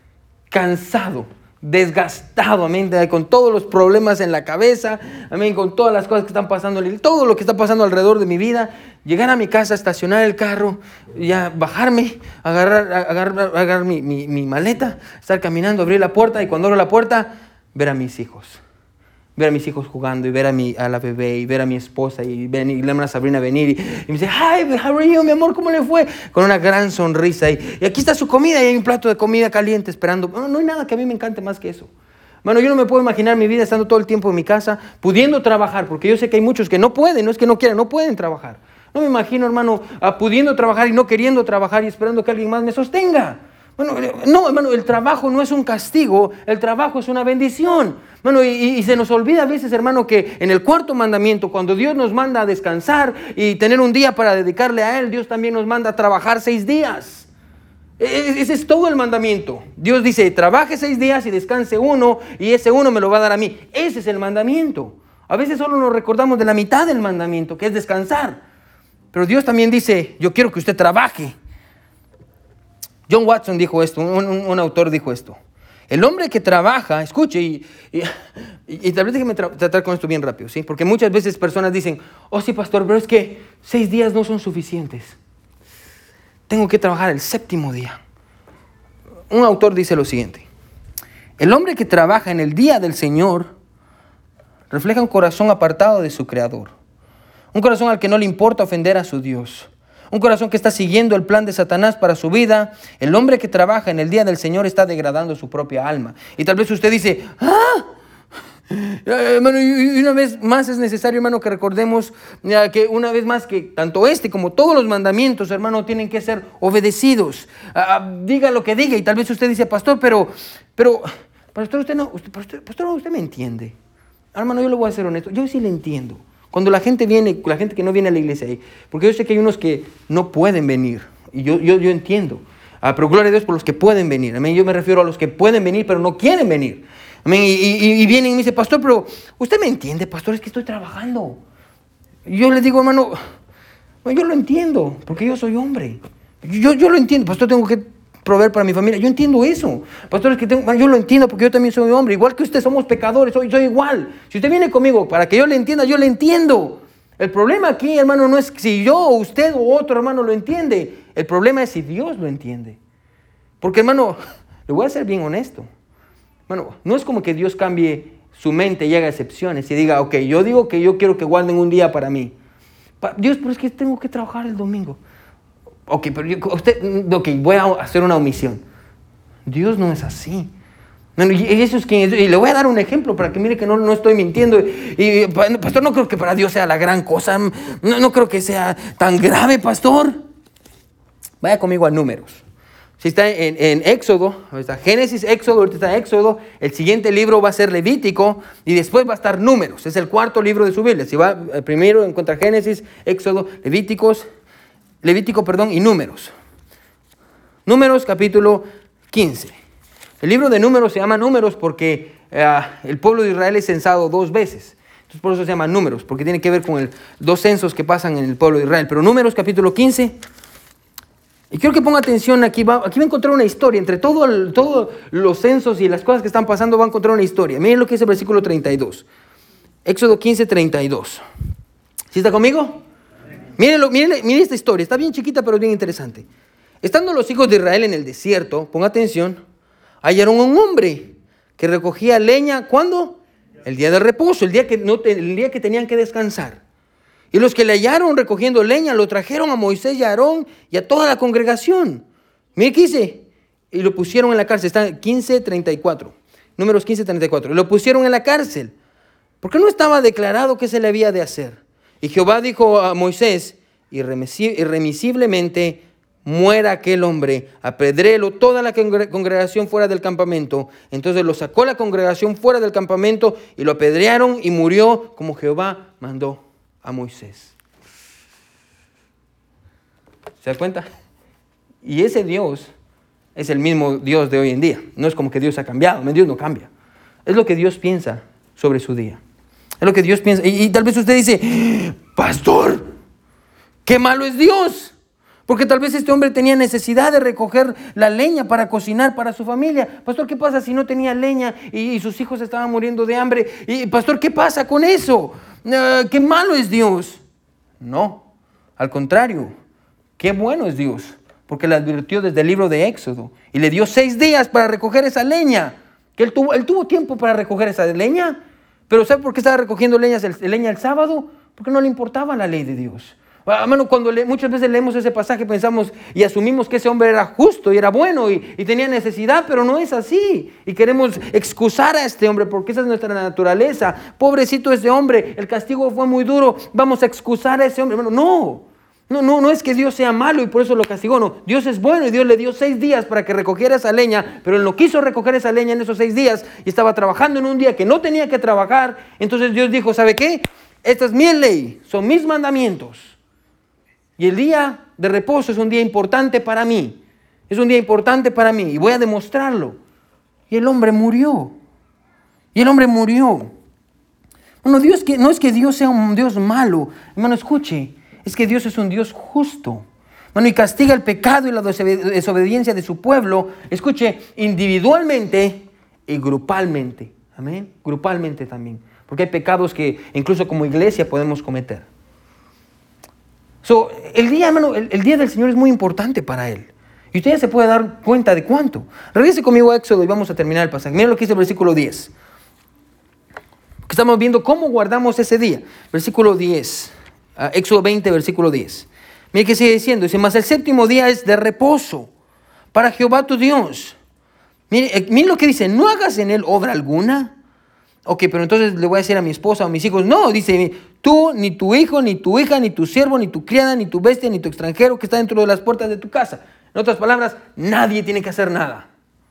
cansado, desgastado, amén, con todos los problemas en la cabeza, amén, con todas las cosas que están pasando, todo lo que está pasando alrededor de mi vida, llegar a mi casa, estacionar el carro, ya bajarme, agarrar, agarrar, agarrar mi, mi, mi maleta, estar caminando, abrir la puerta y cuando abro la puerta, ver a mis hijos. Ver a mis hijos jugando y ver a, mi, a la bebé y ver a mi esposa y ver y la hermana Sabrina venir y, y me dice, hi, how are you, mi amor, ¿cómo le fue? Con una gran sonrisa y, y aquí está su comida y hay un plato de comida caliente esperando. No, no hay nada que a mí me encante más que eso. Bueno, yo no me puedo imaginar mi vida estando todo el tiempo en mi casa, pudiendo trabajar, porque yo sé que hay muchos que no pueden, no es que no quieran, no pueden trabajar. No me imagino, hermano, uh, pudiendo trabajar y no queriendo trabajar y esperando que alguien más me sostenga. Bueno, no, hermano, el trabajo no es un castigo, el trabajo es una bendición. Bueno, y, y se nos olvida a veces, hermano, que en el cuarto mandamiento, cuando Dios nos manda a descansar y tener un día para dedicarle a Él, Dios también nos manda a trabajar seis días. Ese es todo el mandamiento. Dios dice, trabaje seis días y descanse uno, y ese uno me lo va a dar a mí. Ese es el mandamiento. A veces solo nos recordamos de la mitad del mandamiento, que es descansar. Pero Dios también dice, yo quiero que usted trabaje. John Watson dijo esto, un, un, un autor dijo esto. El hombre que trabaja, escuche, y, y, y, y tal vez déjeme tra- tratar con esto bien rápido, ¿sí? Porque muchas veces personas dicen, oh sí, pastor, pero es que seis días no son suficientes. Tengo que trabajar el séptimo día. Un autor dice lo siguiente. El hombre que trabaja en el día del Señor refleja un corazón apartado de su Creador. Un corazón al que no le importa ofender a su Dios. Un corazón que está siguiendo el plan de Satanás para su vida. El hombre que trabaja en el día del Señor está degradando su propia alma. Y tal vez usted dice, ¡ah! Hermano, y una vez más es necesario, hermano, que recordemos ya, que una vez más que tanto este como todos los mandamientos, hermano, tienen que ser obedecidos. Ah, diga lo que diga. Y tal vez usted dice, pastor, pero, pero, pastor, usted no, usted, pastor, pastor, usted me entiende. Hermano, yo le voy a ser honesto. Yo sí le entiendo. Cuando la gente viene, la gente que no viene a la iglesia ahí, porque yo sé que hay unos que no pueden venir, y yo, yo, yo entiendo, ah, pero gloria a Dios por los que pueden venir, amén. Yo me refiero a los que pueden venir, pero no quieren venir, amén. Y, y, y vienen y me dicen, pastor, pero usted me entiende, pastor, es que estoy trabajando. Y yo les digo, hermano, yo lo entiendo, porque yo soy hombre, yo, yo lo entiendo, pastor, tengo que proveer para mi familia. Yo entiendo eso. Pastores, que tengo, yo lo entiendo porque yo también soy hombre. Igual que usted, somos pecadores, soy, soy igual. Si usted viene conmigo para que yo le entienda, yo le entiendo. El problema aquí, hermano, no es si yo o usted o otro hermano lo entiende. El problema es si Dios lo entiende. Porque, hermano, le voy a ser bien honesto. Bueno, no es como que Dios cambie su mente y haga excepciones y diga, ok, yo digo que yo quiero que guarden un día para mí. Pa- Dios, pero es que tengo que trabajar el domingo. Ok, pero yo, usted, ok, voy a hacer una omisión. Dios no es así. Bueno, y eso es quien, y le voy a dar un ejemplo para que mire que no, no estoy mintiendo. Y, pastor, no creo que para Dios sea la gran cosa. No, no creo que sea tan grave, pastor. Vaya conmigo a Números. Si está en, en Éxodo, está Génesis, Éxodo, ahorita está Éxodo, el siguiente libro va a ser Levítico y después va a estar Números. Es el cuarto libro de su Biblia. Si va primero encuentra Génesis, Éxodo, Levíticos, Levítico, perdón, y Números. Números capítulo quince. El libro de Números se llama Números porque uh, el pueblo de Israel es censado dos veces. Entonces por eso se llama Números, porque tiene que ver con el, dos censos que pasan en el pueblo de Israel. Pero Números capítulo quince. Y quiero que ponga atención, aquí va, aquí va a encontrar una historia. Entre todos todo los censos y las cosas que están pasando va a encontrar una historia. Miren lo que dice el versículo treinta y dos. Éxodo quince, treinta y dos. ¿Sí está conmigo? Mírenlo, miren, miren esta historia. Está bien chiquita, pero bien interesante. Estando los hijos de Israel en el desierto, ponga atención, hallaron a un hombre que recogía leña. ¿Cuándo? El día del reposo, el día que, no, el día que tenían que descansar. Y los que le hallaron recogiendo leña lo trajeron a Moisés y a Aarón y a toda la congregación. Mire qué dice. Y lo pusieron en la cárcel. Está en quince, treinta y cuatro. Números quince, treinta y cuatro. Y lo pusieron en la cárcel. Porque no estaba declarado qué se le había de hacer. Y Jehová dijo a Moisés, irremisiblemente muera aquel hombre, apedréelo toda la congregación fuera del campamento. Entonces lo sacó la congregación fuera del campamento y lo apedrearon y murió como Jehová mandó a Moisés. ¿Se da cuenta? Y ese Dios es el mismo Dios de hoy en día. No es como que Dios ha cambiado. Dios no cambia. Es lo que Dios piensa sobre su día. Es lo que Dios piensa. Y, y tal vez usted dice, pastor, qué malo es Dios. Porque tal vez este hombre tenía necesidad de recoger la leña para cocinar para su familia. Pastor, ¿qué pasa si no tenía leña y, y sus hijos estaban muriendo de hambre? Y pastor, ¿qué pasa con eso? Uh, ¿Qué malo es Dios? No, al contrario, qué bueno es Dios. Porque le advirtió desde el libro de Éxodo y le dio seis días para recoger esa leña. Que él tuvo, él tuvo tiempo para recoger esa leña. Pero ¿sabe por qué estaba recogiendo leñas el, leña el sábado? Porque no le importaba la ley de Dios. Hermano, cuando le, muchas veces leemos ese pasaje pensamos y asumimos que ese hombre era justo y era bueno y, y tenía necesidad, pero no es así. Y queremos excusar a este hombre porque esa es nuestra naturaleza. Pobrecito ese hombre, el castigo fue muy duro, vamos a excusar a ese hombre. Hermano, no, no, no, no es que Dios sea malo y por eso lo castigó, no. Dios es bueno y Dios le dio seis días para que recogiera esa leña, pero él no quiso recoger esa leña en esos seis días y estaba trabajando en un día que no tenía que trabajar. Entonces Dios dijo, ¿sabe qué? Esta es mi ley, son mis mandamientos. Y el día de reposo es un día importante para mí. Es un día importante para mí y voy a demostrarlo. Y el hombre murió. Y el hombre murió. Bueno, Dios que, no es que Dios sea un Dios malo. Hermano, escuche. Es que Dios es un Dios justo. Bueno, y castiga el pecado y la desobediencia de su pueblo. Escuche, individualmente y grupalmente. Amén. Grupalmente también. Porque hay pecados que incluso como iglesia podemos cometer. So, el día, hermano, el, el día del Señor es muy importante para Él. Y usted ya se puede dar cuenta de cuánto. Regrese conmigo a Éxodo y vamos a terminar el pasaje. Miren lo que dice el versículo diez. Que estamos viendo cómo guardamos ese día. Versículo diez. Uh, Éxodo veinte, versículo diez. Miren que sigue diciendo. Dice, mas el séptimo día es de reposo para Jehová tu Dios. Miren, eh, miren lo que dice. No hagas en él obra alguna. Ok, pero entonces le voy a decir a mi esposa o a mis hijos. No, dice, tú, ni tu hijo, ni tu hija, ni tu siervo, ni tu criada, ni tu bestia, ni tu extranjero que está dentro de las puertas de tu casa. En otras palabras, nadie tiene que hacer nada.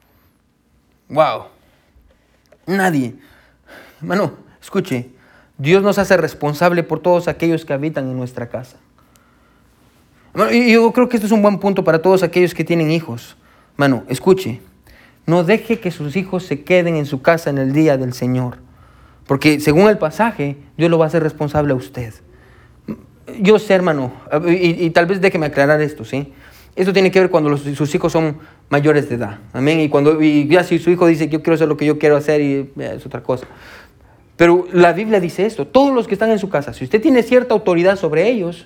Wow. Nadie. Hermano, escuche. Dios nos hace responsable por todos aquellos que habitan en nuestra casa. Hermano, yo creo que esto es un buen punto para todos aquellos que tienen hijos. Hermano, escuche. No deje que sus hijos se queden en su casa en el día del Señor. Porque según el pasaje, Dios lo va a hacer responsable a usted. Yo sé, hermano, y, y tal vez déjeme aclarar esto, ¿sí? Esto tiene que ver cuando los, sus hijos son mayores de edad. Amén. Y cuando y ya si su hijo dice que yo quiero hacer lo que yo quiero hacer, y eh, es otra cosa. Pero la Biblia dice esto. Todos los que están en su casa, si usted tiene cierta autoridad sobre ellos,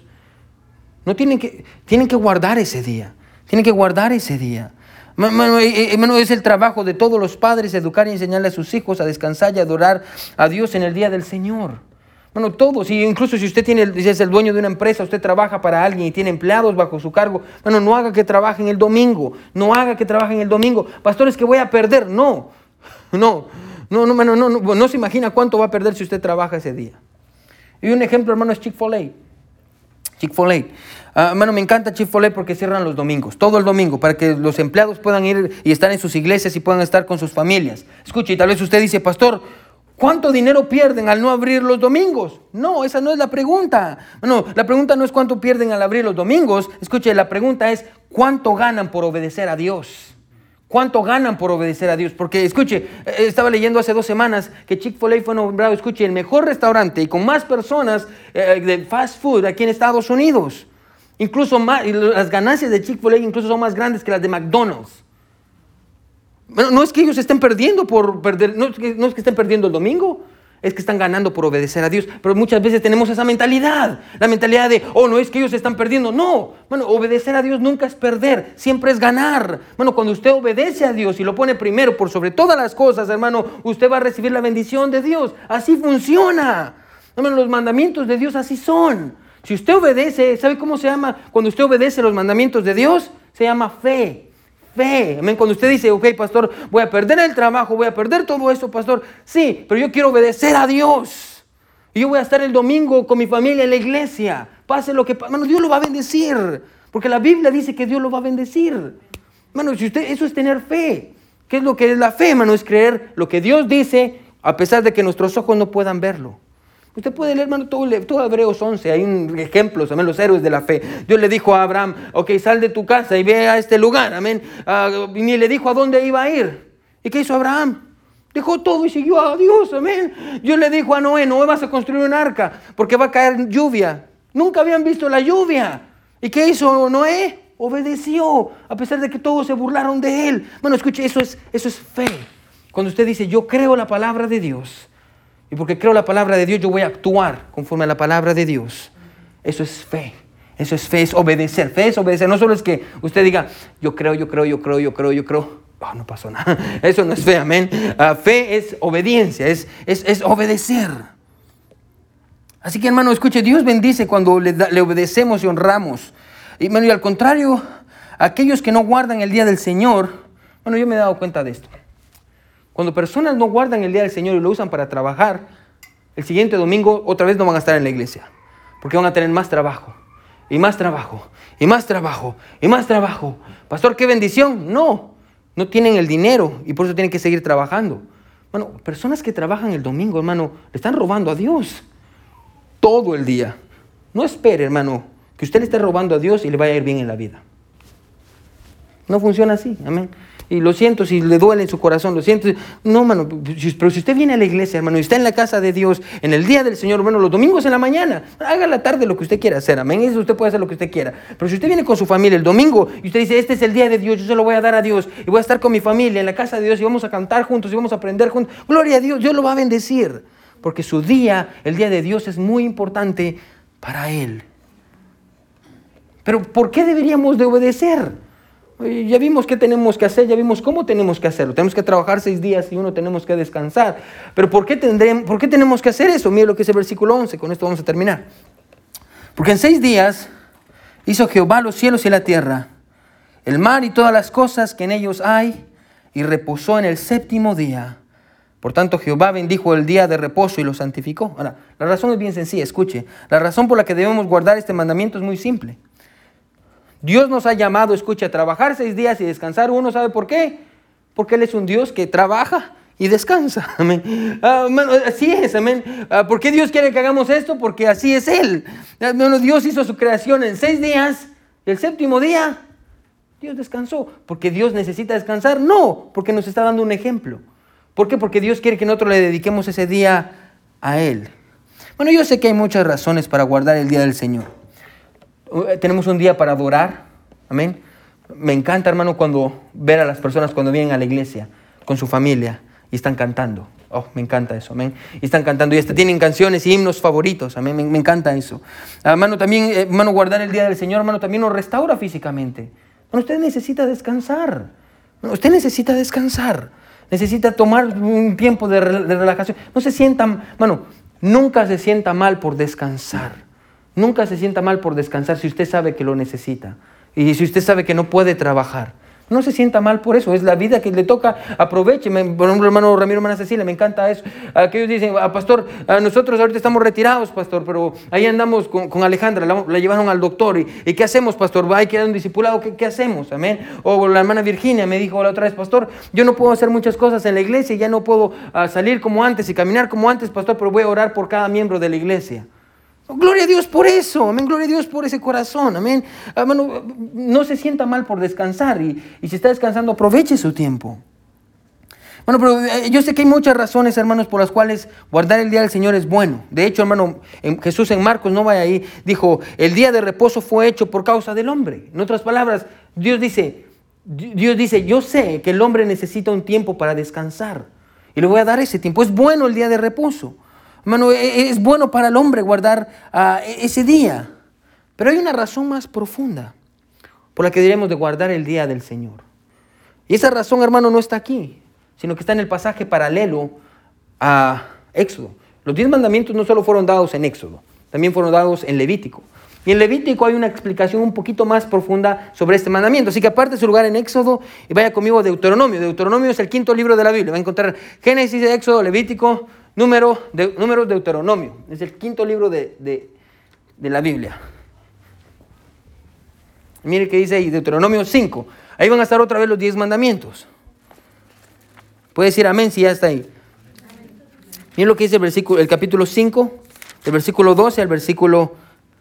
no tienen que, tienen que guardar ese día. Tienen que guardar ese día. Hermano, hermano, es el trabajo de todos los padres educar y enseñarle a sus hijos a descansar y adorar a Dios en el día del Señor. Bueno, todos, y incluso si usted tiene, es el dueño de una empresa, usted trabaja para alguien y tiene empleados bajo su cargo, bueno, no haga que trabajen el domingo, no haga que trabajen el domingo. Pastor, es que voy a perder. No, no, no, no, no, no, no, no se imagina cuánto va a perder si usted trabaja ese día. Y un ejemplo, hermano, es Chick-fil-A. Chick-fil-A. Uh, hermano, me encanta Chick-fil-A porque cierran los domingos, todo el domingo, para que los empleados puedan ir y estar en sus iglesias y puedan estar con sus familias. Escuche, y tal vez usted dice, pastor, ¿cuánto dinero pierden al no abrir los domingos? No, esa no es la pregunta. Bueno, la pregunta no es cuánto pierden al abrir los domingos. Escuche, la pregunta es ¿cuánto ganan por obedecer a Dios? ¿Cuánto ganan por obedecer a Dios? Porque, escuche, estaba leyendo hace dos semanas que Chick-fil-A fue nombrado, escuche, el mejor restaurante y con más personas eh, de fast food aquí en Estados Unidos. Incluso más, las ganancias de Chick-fil-A incluso son más grandes que las de McDonald's. Bueno, no es que ellos estén perdiendo por perder, no es que, no es que estén perdiendo el domingo, es que están ganando por obedecer a Dios. Pero muchas veces tenemos esa mentalidad, la mentalidad de, oh, no es que ellos están perdiendo. No, bueno, obedecer a Dios nunca es perder, siempre es ganar. Bueno, cuando usted obedece a Dios y lo pone primero por sobre todas las cosas, hermano, usted va a recibir la bendición de Dios. Así funciona. Hermano, los mandamientos de Dios así son. Si usted obedece, ¿sabe cómo se llama? Cuando usted obedece los mandamientos de Dios, se llama fe. Fe. Amén. Cuando usted dice, ok, pastor, voy a perder el trabajo, voy a perder todo esto, pastor. Sí, pero yo quiero obedecer a Dios. Y yo voy a estar el domingo con mi familia en la iglesia. Pase lo que pase. Hermano, Dios lo va a bendecir. Porque la Biblia dice que Dios lo va a bendecir. Hermano, si usted, eso es tener fe. ¿Qué es lo que es la fe, hermano? Es creer lo que Dios dice a pesar de que nuestros ojos no puedan verlo. Usted puede leer, hermano, todo, todo Hebreos once, hay un ejemplos, amén, los héroes de la fe. Dios le dijo a Abraham, ok, sal de tu casa y ve a este lugar, amén. Uh, y ni le dijo a dónde iba a ir. ¿Y qué hizo Abraham? Dejó todo y siguió a Dios, amén. Dios le dijo a Noé, Noé, vas a construir un arca porque va a caer lluvia. Nunca habían visto la lluvia. ¿Y qué hizo Noé? Obedeció, a pesar de que todos se burlaron de él. Bueno, escuche, eso es, eso es fe. Cuando usted dice, yo creo la palabra de Dios, y porque creo la palabra de Dios, yo voy a actuar conforme a la palabra de Dios. Eso es fe. Eso es fe, es obedecer. Fe es obedecer. No solo es que usted diga, yo creo, yo creo, yo creo, yo creo, yo creo. Oh, no pasó nada. Eso no es fe, amén. Uh, fe es obediencia, es, es, es obedecer. Así que, hermano, escuche, Dios bendice cuando le, da, le obedecemos y honramos. Y, hermano, y al contrario, aquellos que no guardan el día del Señor, bueno, yo me he dado cuenta de esto. Cuando personas no guardan el día del Señor y lo usan para trabajar, el siguiente domingo otra vez no van a estar en la iglesia. Porque van a tener más trabajo, y más trabajo, y más trabajo, y más trabajo. Pastor, ¿qué bendición? No, no tienen el dinero y por eso tienen que seguir trabajando. Bueno, personas que trabajan el domingo, hermano, le están robando a Dios todo el día. No espere, hermano, que usted le esté robando a Dios y le vaya a ir bien en la vida. No funciona así, amén. Y lo siento si le duele en su corazón, lo siento. No, hermano, pero si usted viene a la iglesia, hermano, y está en la casa de Dios, en el día del Señor, hermano, los domingos en la mañana, haga la tarde lo que usted quiera hacer, amén. Eso usted puede hacer lo que usted quiera. Pero si usted viene con su familia el domingo y usted dice, este es el día de Dios, yo se lo voy a dar a Dios, y voy a estar con mi familia en la casa de Dios, y vamos a cantar juntos, y vamos a aprender juntos, gloria a Dios, Dios lo va a bendecir. Porque su día, el día de Dios, es muy importante para Él. Pero ¿por qué deberíamos de obedecer? Ya vimos qué tenemos que hacer, ya vimos cómo tenemos que hacerlo. Tenemos que trabajar seis días y uno tenemos que descansar. Pero ¿por qué, tendremos, ¿por qué tenemos que hacer eso? Mire lo que es el versículo once, con esto vamos a terminar. Porque en seis días hizo Jehová los cielos y la tierra, el mar y todas las cosas que en ellos hay, y reposó en el séptimo día. Por tanto, Jehová bendijo el día de reposo y lo santificó. Ahora, la razón es bien sencilla, escuche. La razón por la que debemos guardar este mandamiento es muy simple. Dios nos ha llamado, escucha, a trabajar seis días y descansar uno. ¿Sabe por qué? Porque Él es un Dios que trabaja y descansa. Amén. Uh, man, así es, amén. Uh, ¿Por qué Dios quiere que hagamos esto? Porque así es Él. Uh, man, Dios hizo su creación en seis días y el séptimo día Dios descansó. ¿Porque Dios necesita descansar? No, porque nos está dando un ejemplo. ¿Por qué? Porque Dios quiere que nosotros le dediquemos ese día a Él. Bueno, yo sé que hay muchas razones para guardar el día del Señor. Tenemos un día para adorar, amén. Me encanta, hermano, cuando ver a las personas cuando vienen a la iglesia con su familia y están cantando. Oh, me encanta eso, amén. Y están cantando y hasta tienen canciones y himnos favoritos, amén. Me, me encanta eso. Hermano, también, hermano, guardar el día del Señor, hermano, también nos restaura físicamente. Hermano, usted necesita descansar. Usted necesita descansar. Necesita tomar un tiempo de, de relajación. No se sienta, hermano, nunca se sienta mal por descansar. Nunca se sienta mal por descansar si usted sabe que lo necesita. Y si usted sabe que no puede trabajar. No se sienta mal por eso, es la vida que le toca, aproveche. Por ejemplo, hermano Ramiro, hermana Cecilia, me encanta eso. Aquellos dicen, ah, pastor, ah, nosotros ahorita estamos retirados, pastor, pero ahí andamos con, con Alejandra, la, la llevaron al doctor. ¿Y, ¿Y qué hacemos, pastor? Hay que dar un discipulado, ¿qué, qué hacemos? Amén. O la hermana Virginia me dijo la otra vez, pastor, yo no puedo hacer muchas cosas en la iglesia, ya no puedo ah, salir como antes y caminar como antes, pastor, pero voy a orar por cada miembro de la iglesia. Gloria a Dios por eso, amén, gloria a Dios por ese corazón, amén. Hermano, no se sienta mal por descansar y, y si está descansando, aproveche su tiempo. Bueno, pero yo sé que hay muchas razones, hermanos, por las cuales guardar el día del Señor es bueno. De hecho, hermano, en Jesús en Marcos, no vaya ahí, dijo, el día de reposo fue hecho por causa del hombre. En otras palabras, Dios dice, Dios dice, yo sé que el hombre necesita un tiempo para descansar y le voy a dar ese tiempo. Es bueno el día de reposo. Hermano, es bueno para el hombre guardar uh, ese día. Pero hay una razón más profunda por la que debemos de guardar el día del Señor. Y esa razón, hermano, no está aquí, sino que está en el pasaje paralelo a Éxodo. Los diez mandamientos no solo fueron dados en Éxodo, también fueron dados en Levítico. Y en Levítico hay una explicación un poquito más profunda sobre este mandamiento. Así que aparte su lugar en Éxodo y vaya conmigo a Deuteronomio. Deuteronomio es el quinto libro de la Biblia. Va a encontrar Génesis, Éxodo, Levítico, Número, de, números, Deuteronomio. Es el quinto libro de, de, de la Biblia. Mire que dice ahí, Deuteronomio cinco. Ahí van a estar otra vez los diez mandamientos. Puede decir amén si ya está ahí. Mire lo que dice el, versículo, el capítulo cinco, del versículo doce al versículo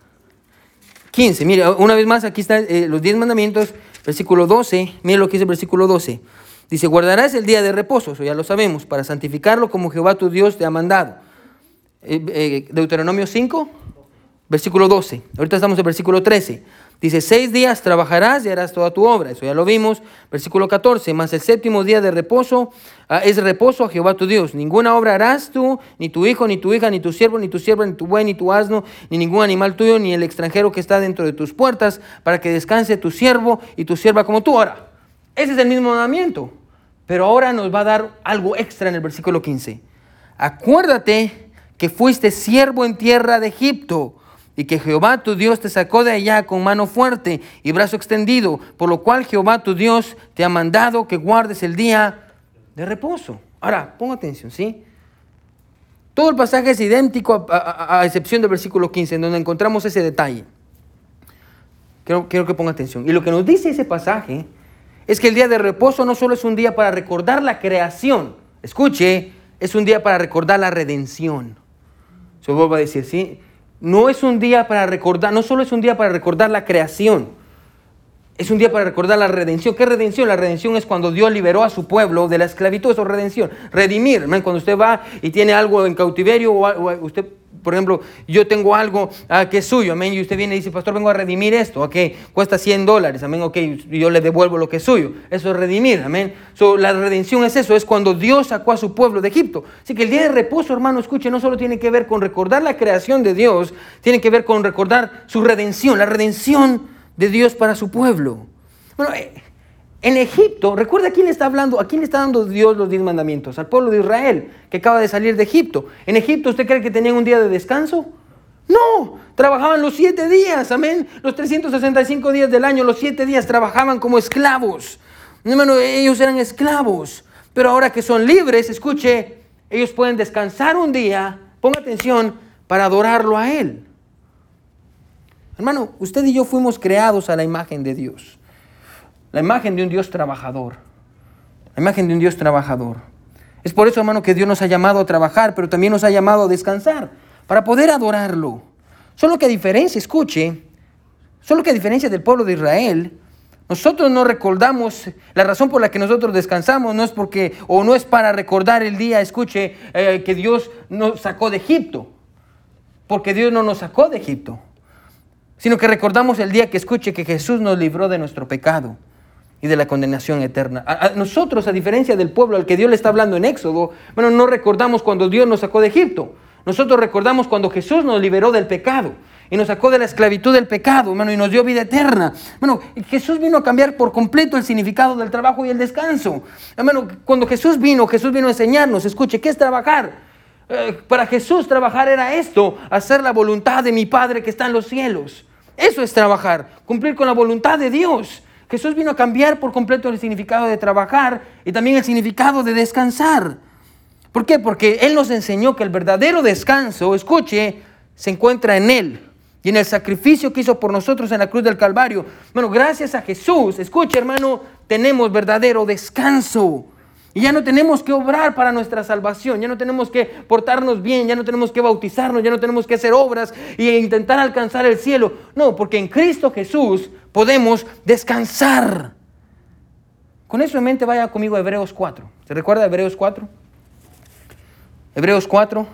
quince. Mire, una vez más, aquí están eh, los diez mandamientos, versículo doce. Mire lo que dice el versículo doce. Dice, guardarás el día de reposo, eso ya lo sabemos, para santificarlo como Jehová tu Dios te ha mandado. Eh, eh, Deuteronomio cinco, versículo doce. Ahorita estamos en el versículo trece. Dice, seis días trabajarás y harás toda tu obra. Eso ya lo vimos. Versículo catorce. Mas el séptimo día de reposo uh, es reposo a Jehová tu Dios. Ninguna obra harás tú, ni tu hijo, ni tu hija, ni tu siervo, ni tu sierva, ni tu buey, ni tu asno, ni ningún animal tuyo, ni el extranjero que está dentro de tus puertas, para que descanse tu siervo y tu sierva como tú. Ahora, ese es el mismo mandamiento, pero ahora nos va a dar algo extra en el versículo quince. Acuérdate que fuiste siervo en tierra de Egipto y que Jehová tu Dios te sacó de allá con mano fuerte y brazo extendido, por lo cual Jehová tu Dios te ha mandado que guardes el día de reposo. Ahora, ponga atención, ¿sí? Todo el pasaje es idéntico a, a, a excepción del versículo quince, en donde encontramos ese detalle. Quiero, quiero que ponga atención. Y lo que nos dice ese pasaje es que el día de reposo no solo es un día para recordar la creación, escuche, es un día para recordar la redención. Se vuelvo a decir, ¿sí? No es un día para recordar, no solo es un día para recordar la creación, es un día para recordar la redención. ¿Qué redención? La redención es cuando Dios liberó a su pueblo de la esclavitud. Eso es redención. Redimir, ¿no? Cuando usted va y tiene algo en cautiverio, o, o usted, por ejemplo, yo tengo algo uh, que es suyo, amén, y usted viene y dice, pastor, vengo a redimir esto, ok, cuesta cien dólares, amén, ok, y yo le devuelvo lo que es suyo. Eso es redimir, amén. So, la redención es eso, es cuando Dios sacó a su pueblo de Egipto. Así que el día de reposo, hermano, escuche, no solo tiene que ver con recordar la creación de Dios, tiene que ver con recordar su redención, la redención de Dios para su pueblo. Bueno, en Egipto, recuerda a quién le está hablando, a quién le está dando Dios los diez mandamientos, al pueblo de Israel que acaba de salir de Egipto. En Egipto, ¿usted cree que tenían un día de descanso? No, trabajaban los siete días, amén, los trescientos sesenta y cinco días del año, los siete días trabajaban como esclavos. Hermano, ellos eran esclavos, pero ahora que son libres, escuche, ellos pueden descansar un día, ponga atención, para adorarlo a Él. Hermano, usted y yo fuimos creados a la imagen de Dios. La imagen de un Dios trabajador. La imagen de un Dios trabajador. Es por eso, hermano, que Dios nos ha llamado a trabajar, pero también nos ha llamado a descansar, para poder adorarlo. Solo que a diferencia, escuche, solo que a diferencia del pueblo de Israel, nosotros no recordamos, la razón por la que nosotros descansamos no es porque, o no es para recordar el día, escuche, eh, que Dios nos sacó de Egipto. Porque Dios no nos sacó de Egipto, sino que recordamos el día que escuche que Jesús nos libró de nuestro pecado. y de la condenación eterna. A, a nosotros, a diferencia del pueblo al que Dios le está hablando en Éxodo, bueno, no recordamos cuando Dios nos sacó de Egipto. Nosotros recordamos cuando Jesús nos liberó del pecado y nos sacó de la esclavitud del pecado, hermano, y nos dio vida eterna. Bueno, Jesús vino a cambiar por completo el significado del trabajo y el descanso. Hermano, cuando Jesús vino, Jesús vino a enseñarnos, escuche, ¿qué es trabajar? Eh, para Jesús trabajar era esto, hacer la voluntad de mi Padre que está en los cielos. Eso es trabajar, cumplir con la voluntad de Dios. Jesús vino a cambiar por completo el significado de trabajar y también el significado de descansar. ¿Por qué? Porque Él nos enseñó que el verdadero descanso, escuche, se encuentra en Él y en el sacrificio que hizo por nosotros en la cruz del Calvario. Bueno, gracias a Jesús, escuche, hermano, tenemos verdadero descanso. Y ya no tenemos que obrar para nuestra salvación, ya no tenemos que portarnos bien, ya no tenemos que bautizarnos, ya no tenemos que hacer obras e intentar alcanzar el cielo. No, porque en Cristo Jesús podemos descansar. Con eso en mente, vaya conmigo a Hebreos cuatro. ¿Se recuerda Hebreos cuatro? Hebreos cuatro.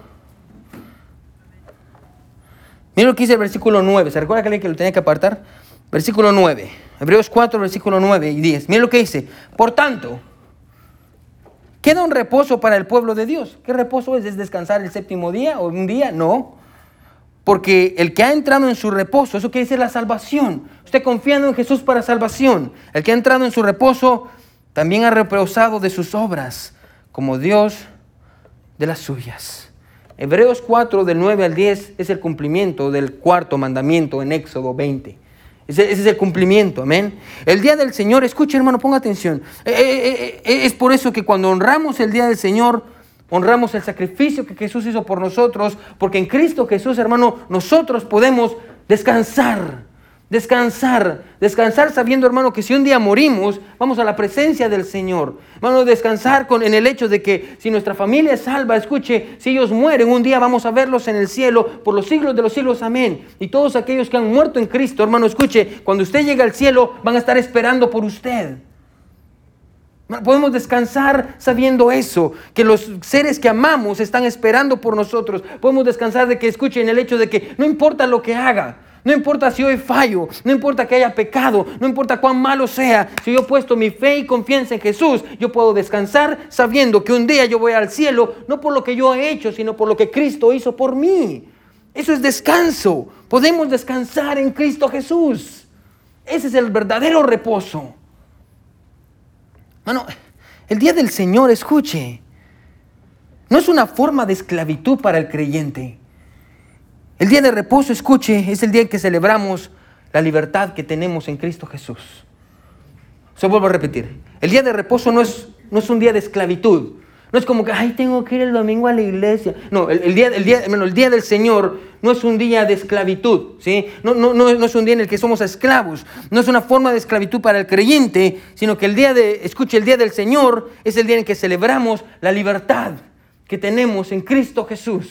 Mira lo que dice el versículo nueve. ¿Se recuerda que alguien que lo tenía que apartar? Versículo nueve. Hebreos cuatro, versículo nueve y diez. Mira lo que dice. Por tanto, queda un reposo para el pueblo de Dios. ¿Qué reposo es? ¿Es descansar el séptimo día o un día? No. Porque el que ha entrado en su reposo, eso quiere decir la salvación. Usted confiando en Jesús para salvación. El que ha entrado en su reposo también ha reposado de sus obras, como Dios de las suyas. Hebreos cuatro, del nueve al diez, es el cumplimiento del cuarto mandamiento en Éxodo veinte. Ese, ese es el cumplimiento, amén. El día del Señor, escuche, hermano, ponga atención. Eh, eh, eh, es por eso que cuando honramos el día del Señor, honramos el sacrificio que Jesús hizo por nosotros, porque en Cristo Jesús, hermano, nosotros podemos descansar. Descansar, descansar sabiendo, hermano, que si un día morimos, vamos a la presencia del Señor. Hermano, descansar con, en el hecho de que si nuestra familia es salva, escuche, si ellos mueren, un día vamos a verlos en el cielo por los siglos de los siglos, amén. Y todos aquellos que han muerto en Cristo, hermano, escuche, cuando usted llega al cielo, van a estar esperando por usted. Podemos descansar sabiendo eso, que los seres que amamos están esperando por nosotros. Podemos descansar de que, escuchen, el hecho de que no importa lo que haga, no importa si hoy fallo, no importa que haya pecado, no importa cuán malo sea, si yo he puesto mi fe y confianza en Jesús, yo puedo descansar sabiendo que un día yo voy al cielo, no por lo que yo he hecho, sino por lo que Cristo hizo por mí. Eso es descanso. Podemos descansar en Cristo Jesús. Ese es el verdadero reposo. Bueno, el día del Señor, escuche, no es una forma de esclavitud para el creyente. El día de reposo, escuche, es el día en que celebramos la libertad que tenemos en Cristo Jesús. Se vuelvo a repetir. El día de reposo no es, no es un día de esclavitud. No es como que, ay, tengo que ir el domingo a la iglesia. No, el, el, día, el, día, bueno, el día del Señor no es un día de esclavitud, ¿sí? No, no, no, no es un día en el que somos esclavos. No es una forma de esclavitud para el creyente, sino que el día de, escuche, el día del Señor es el día en que celebramos la libertad que tenemos en Cristo Jesús.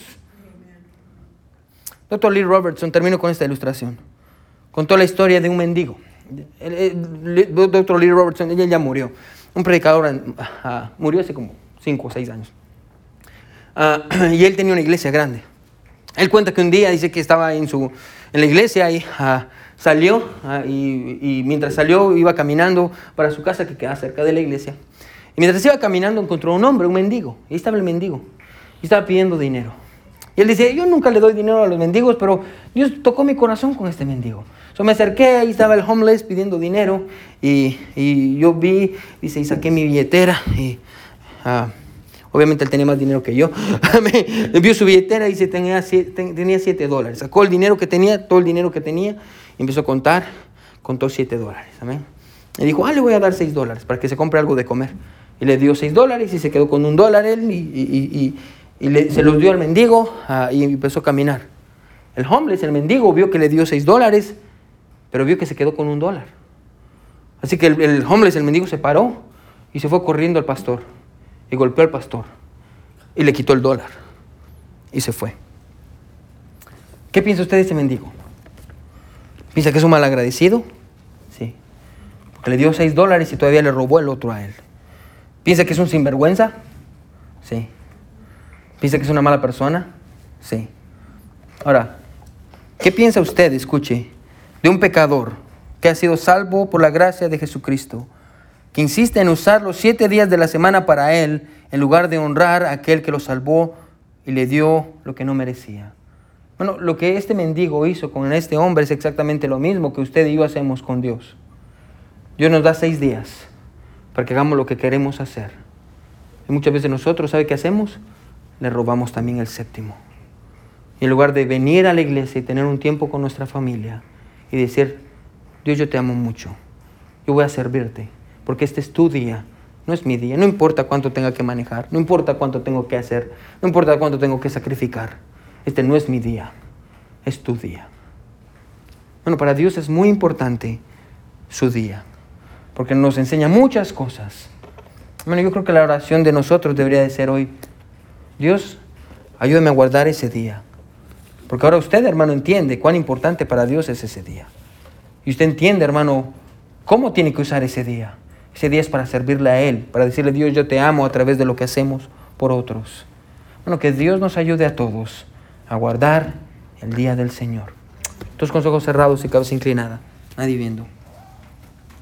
doctor Lee Robertson, termino con esta ilustración. Contó la historia de un mendigo. El, el, el, doctor Lee Robertson, ella ya murió. Un predicador uh, uh, murió hace como cinco o seis años. Uh, y él tenía una iglesia grande. Él cuenta que un día dice que estaba en, su, en la iglesia y uh, salió. Uh, y, y mientras salió iba caminando para su casa que queda cerca de la iglesia. Y mientras iba caminando encontró a un hombre, un mendigo. Y ahí estaba el mendigo. Y estaba pidiendo dinero. Y él dice, yo nunca le doy dinero a los mendigos, pero Dios tocó mi corazón con este mendigo. So me acerqué, ahí estaba el homeless pidiendo dinero. Y, y yo vi, dice, y saqué mi billetera. Y uh, obviamente él tenía más dinero que yo. Me vio su billetera y dice, tenía siete, tenía siete dólares. Sacó el dinero que tenía, todo el dinero que tenía. Y empezó a contar, contó siete dólares. Amén. Y dijo, ah, le voy a dar seis dólares para que se compre algo de comer. Y le dio seis dólares y se quedó con un dólar él y... y, y Y le, se los dio al mendigo uh, y empezó a caminar. El homeless, el mendigo, vio que le dio seis dólares, pero vio que se quedó con un dólar. Así que el, el homeless, el mendigo, se paró y se fue corriendo al pastor. Y golpeó al pastor. Y le quitó el dólar. Y se fue. ¿Qué piensa usted de ese mendigo? ¿Piensa que es un malagradecido? Sí. Porque le dio seis dólares y todavía le robó el otro a él. ¿Piensa que es un sinvergüenza? Sí. ¿Piensa que es una mala persona? Sí. Ahora, ¿qué piensa usted, escuche, de un pecador que ha sido salvo por la gracia de Jesucristo, que insiste en usar los siete días de la semana para Él, en lugar de honrar a aquel que lo salvó y le dio lo que no merecía. Bueno, lo que este mendigo hizo con este hombre es exactamente lo mismo que usted y yo hacemos con Dios. Dios nos da seis días para que hagamos lo que queremos hacer. Y muchas veces nosotros, ¿sabe qué hacemos? Le robamos también el séptimo. Y en lugar de venir a la iglesia y tener un tiempo con nuestra familia y decir, Dios, yo te amo mucho, yo voy a servirte, porque este es tu día, no es mi día. No importa cuánto tenga que manejar, no importa cuánto tengo que hacer, no importa cuánto tengo que sacrificar. Este no es mi día, es tu día. Bueno, para Dios es muy importante su día, porque nos enseña muchas cosas. Bueno, yo creo que la oración de nosotros debería de ser hoy, Dios, ayúdame a guardar ese día. Porque ahora usted, hermano, entiende cuán importante para Dios es ese día. Y usted entiende, hermano, cómo tiene que usar ese día. Ese día es para servirle a Él, para decirle, Dios, yo te amo a través de lo que hacemos por otros. Bueno, que Dios nos ayude a todos a guardar el día del Señor. Todos con los ojos cerrados y cabeza inclinada, nadie viendo.